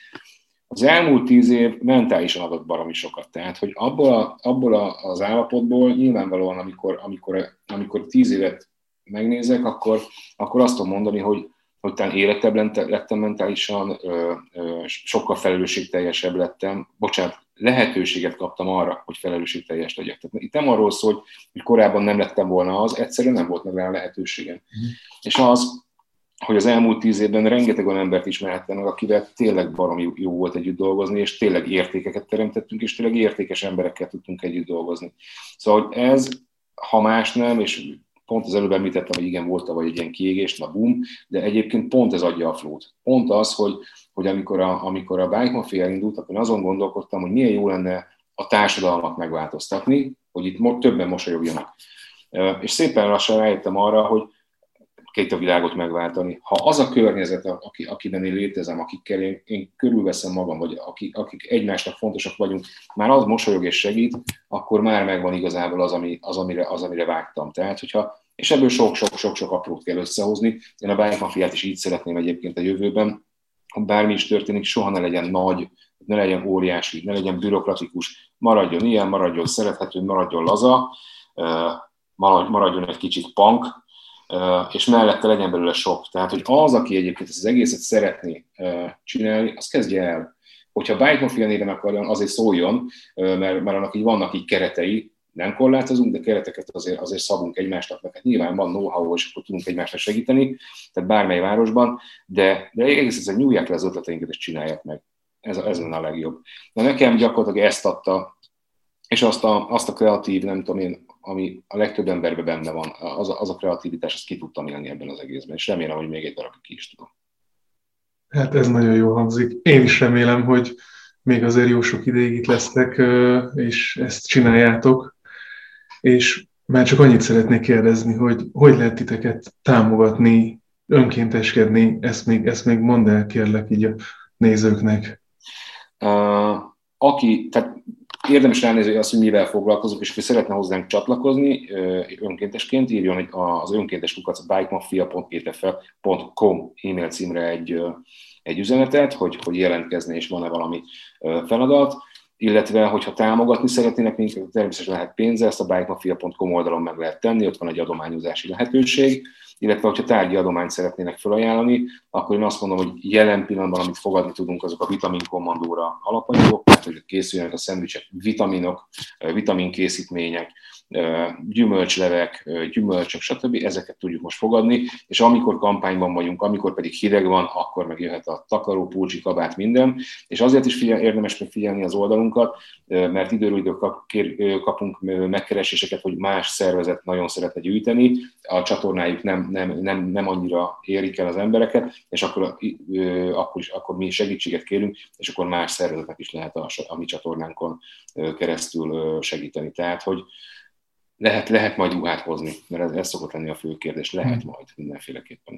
Az elmúlt tíz év mentálisan adott baromi sokat. Tehát, hogy abból, a, abból a, az állapotból nyilvánvalóan, amikor, amikor, amikor tíz évet megnézek, akkor, akkor azt tudom mondani, hogy, hogy talán életebb lettem mentálisan, ö, ö, sokkal felelősségteljesebb lettem. Bocsánat, lehetőséget kaptam arra, hogy felelősségteljes legyek. Tehát itt nem arról szól, hogy, hogy korábban nem lettem volna az, egyszerűen nem volt meg rá a lehetőségem. Mm. És az, hogy az elmúlt tíz évben rengeteg olyan embert ismerhettem meg, akivel tényleg baromi jó volt együtt dolgozni, és tényleg értékeket teremtettünk, és tényleg értékes emberekkel tudtunk együtt dolgozni. Szóval ez, ha más nem, és pont az előbb említettem, hogy igen, volt vagy egy ilyen kiégés, na bum, de egyébként pont ez adja a flót. Pont az, hogy, hogy amikor a, amikor a Bike Mafia indult, akkor azon gondolkodtam, hogy milyen jó lenne a társadalmat megváltoztatni, hogy itt többen mosolyogjanak. És szépen lassan rájöttem arra, hogy két a világot megváltani. Ha az a környezet, aki, akiben én létezem, akikkel én, én körülveszem magam, vagy akik, akik egymásnak fontosak vagyunk, már az mosolyog és segít, akkor már megvan igazából az, ami, az, amire, az amire vágtam. Tehát, hogyha, és ebből sok-sok-sok aprót kell összehozni. Én a Bike Mafiát is így szeretném egyébként a jövőben, hogy bármi is történik, soha ne legyen nagy, ne legyen óriási, ne legyen bürokratikus, maradjon ilyen, maradjon szerethető, maradjon laza, maradjon egy kicsit punk, és mellette legyen belőle sok. Tehát, hogy az, aki egyébként ezt az egészet szeretné csinálni, az kezdje el. Hogyha Bike Mafia néven akarjon, azért szóljon, mert, mert annak így vannak így keretei, nem korlátozunk, de kereteket azért, azért szabunk egymásnak, mert hát nyilván van know-how, és akkor tudunk egymásnak segíteni, tehát bármely városban, de, de egész egyszerűen nyúlják le az ötleteinket, és csinálják meg. Ez, ez lenne a legjobb. De nekem gyakorlatilag ezt adta, és azt a, azt a kreatív, nem tudom én, ami a legtöbb emberben benne van, az a, az a kreativitás, azt ki tudtam élni ebben az egészben, és remélem, hogy még egy darabig ki is tudom. Hát ez nagyon jó hangzik. Én is remélem, hogy még azért jó sok ideig itt lesztek, és ezt csináljátok. És már csak annyit szeretnék kérdezni, hogy hogy lehet titeket támogatni, önkénteskedni, ezt még, ezt még mondd el, kérlek így a nézőknek. Uh, aki, tehát érdemes ránézni azt, hogy mivel foglalkozok, és aki szeretne hozzánk csatlakozni önkéntesként, írjon az önkéntes kukac bikemafia pont e t f pont com e-mail címre egy, egy üzenetet, hogy, hogy jelentkezni és van-e valami feladat, illetve hogyha támogatni szeretnének minket, természetesen lehet pénzzel, ezt a bikemafia pont com oldalon meg lehet tenni, ott van egy adományozási lehetőség, illetve hogyha tárgyi adományt szeretnének felajánlani, akkor én azt mondom, hogy jelen pillanatban, amit fogadni tudunk, azok a vitaminkommandóra alapanyagok, tehát hogy készüljenek a szendvicsek, vitaminok, vitaminkészítmények, gyümölcslevek, gyümölcsök, stb. Ezeket tudjuk most fogadni, és amikor kampányban vagyunk, amikor pedig hideg van, akkor meg jöhet a takaró, pulcsi, kabát, minden, és azért is figyel, érdemes megfigyelni az oldalunkat, mert időről idők kap, kér, kapunk megkereséseket, hogy más szervezet nagyon szeretne gyűjteni, a csatornájuk nem, nem, nem, nem annyira érik el az embereket, és akkor, akkor, is, akkor mi segítséget kérünk, és akkor más szervezetnek is lehet a, a mi csatornánkon keresztül segíteni. Tehát, hogy Lehet, lehet majd ruhát hozni, mert ez, ez szokott lenni a fő kérdés. Lehet majd mindenféleképpen.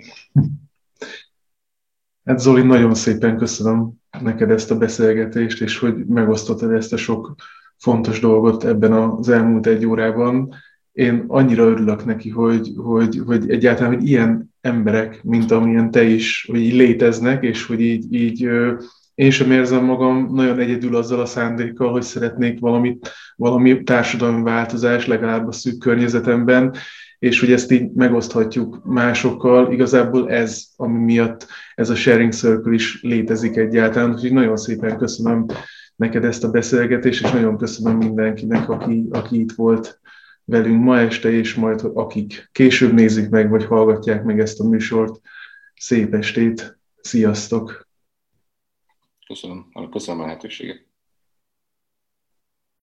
Hát Zoli, nagyon szépen köszönöm neked ezt a beszélgetést, és hogy megosztottad ezt a sok fontos dolgot ebben az elmúlt egy órában. Én annyira örülök neki, hogy, hogy, hogy egyáltalán, hogy ilyen emberek, mint amilyen te is, hogy így léteznek, és hogy így, így én sem érzem magam nagyon egyedül azzal a szándékkal, hogy szeretnék valamit, valami társadalmi változás, legalább a szűk környezetemben, és hogy ezt így megoszthatjuk másokkal. Igazából ez, ami miatt ez a Sharing Circle is létezik egyáltalán. Úgyhogy nagyon szépen köszönöm neked ezt a beszélgetést, és nagyon köszönöm mindenkinek, aki, aki itt volt velünk ma este, és majd akik később nézik meg, vagy hallgatják meg ezt a műsort. Szép estét! Sziasztok! Köszönöm, köszönöm a lehetőséget.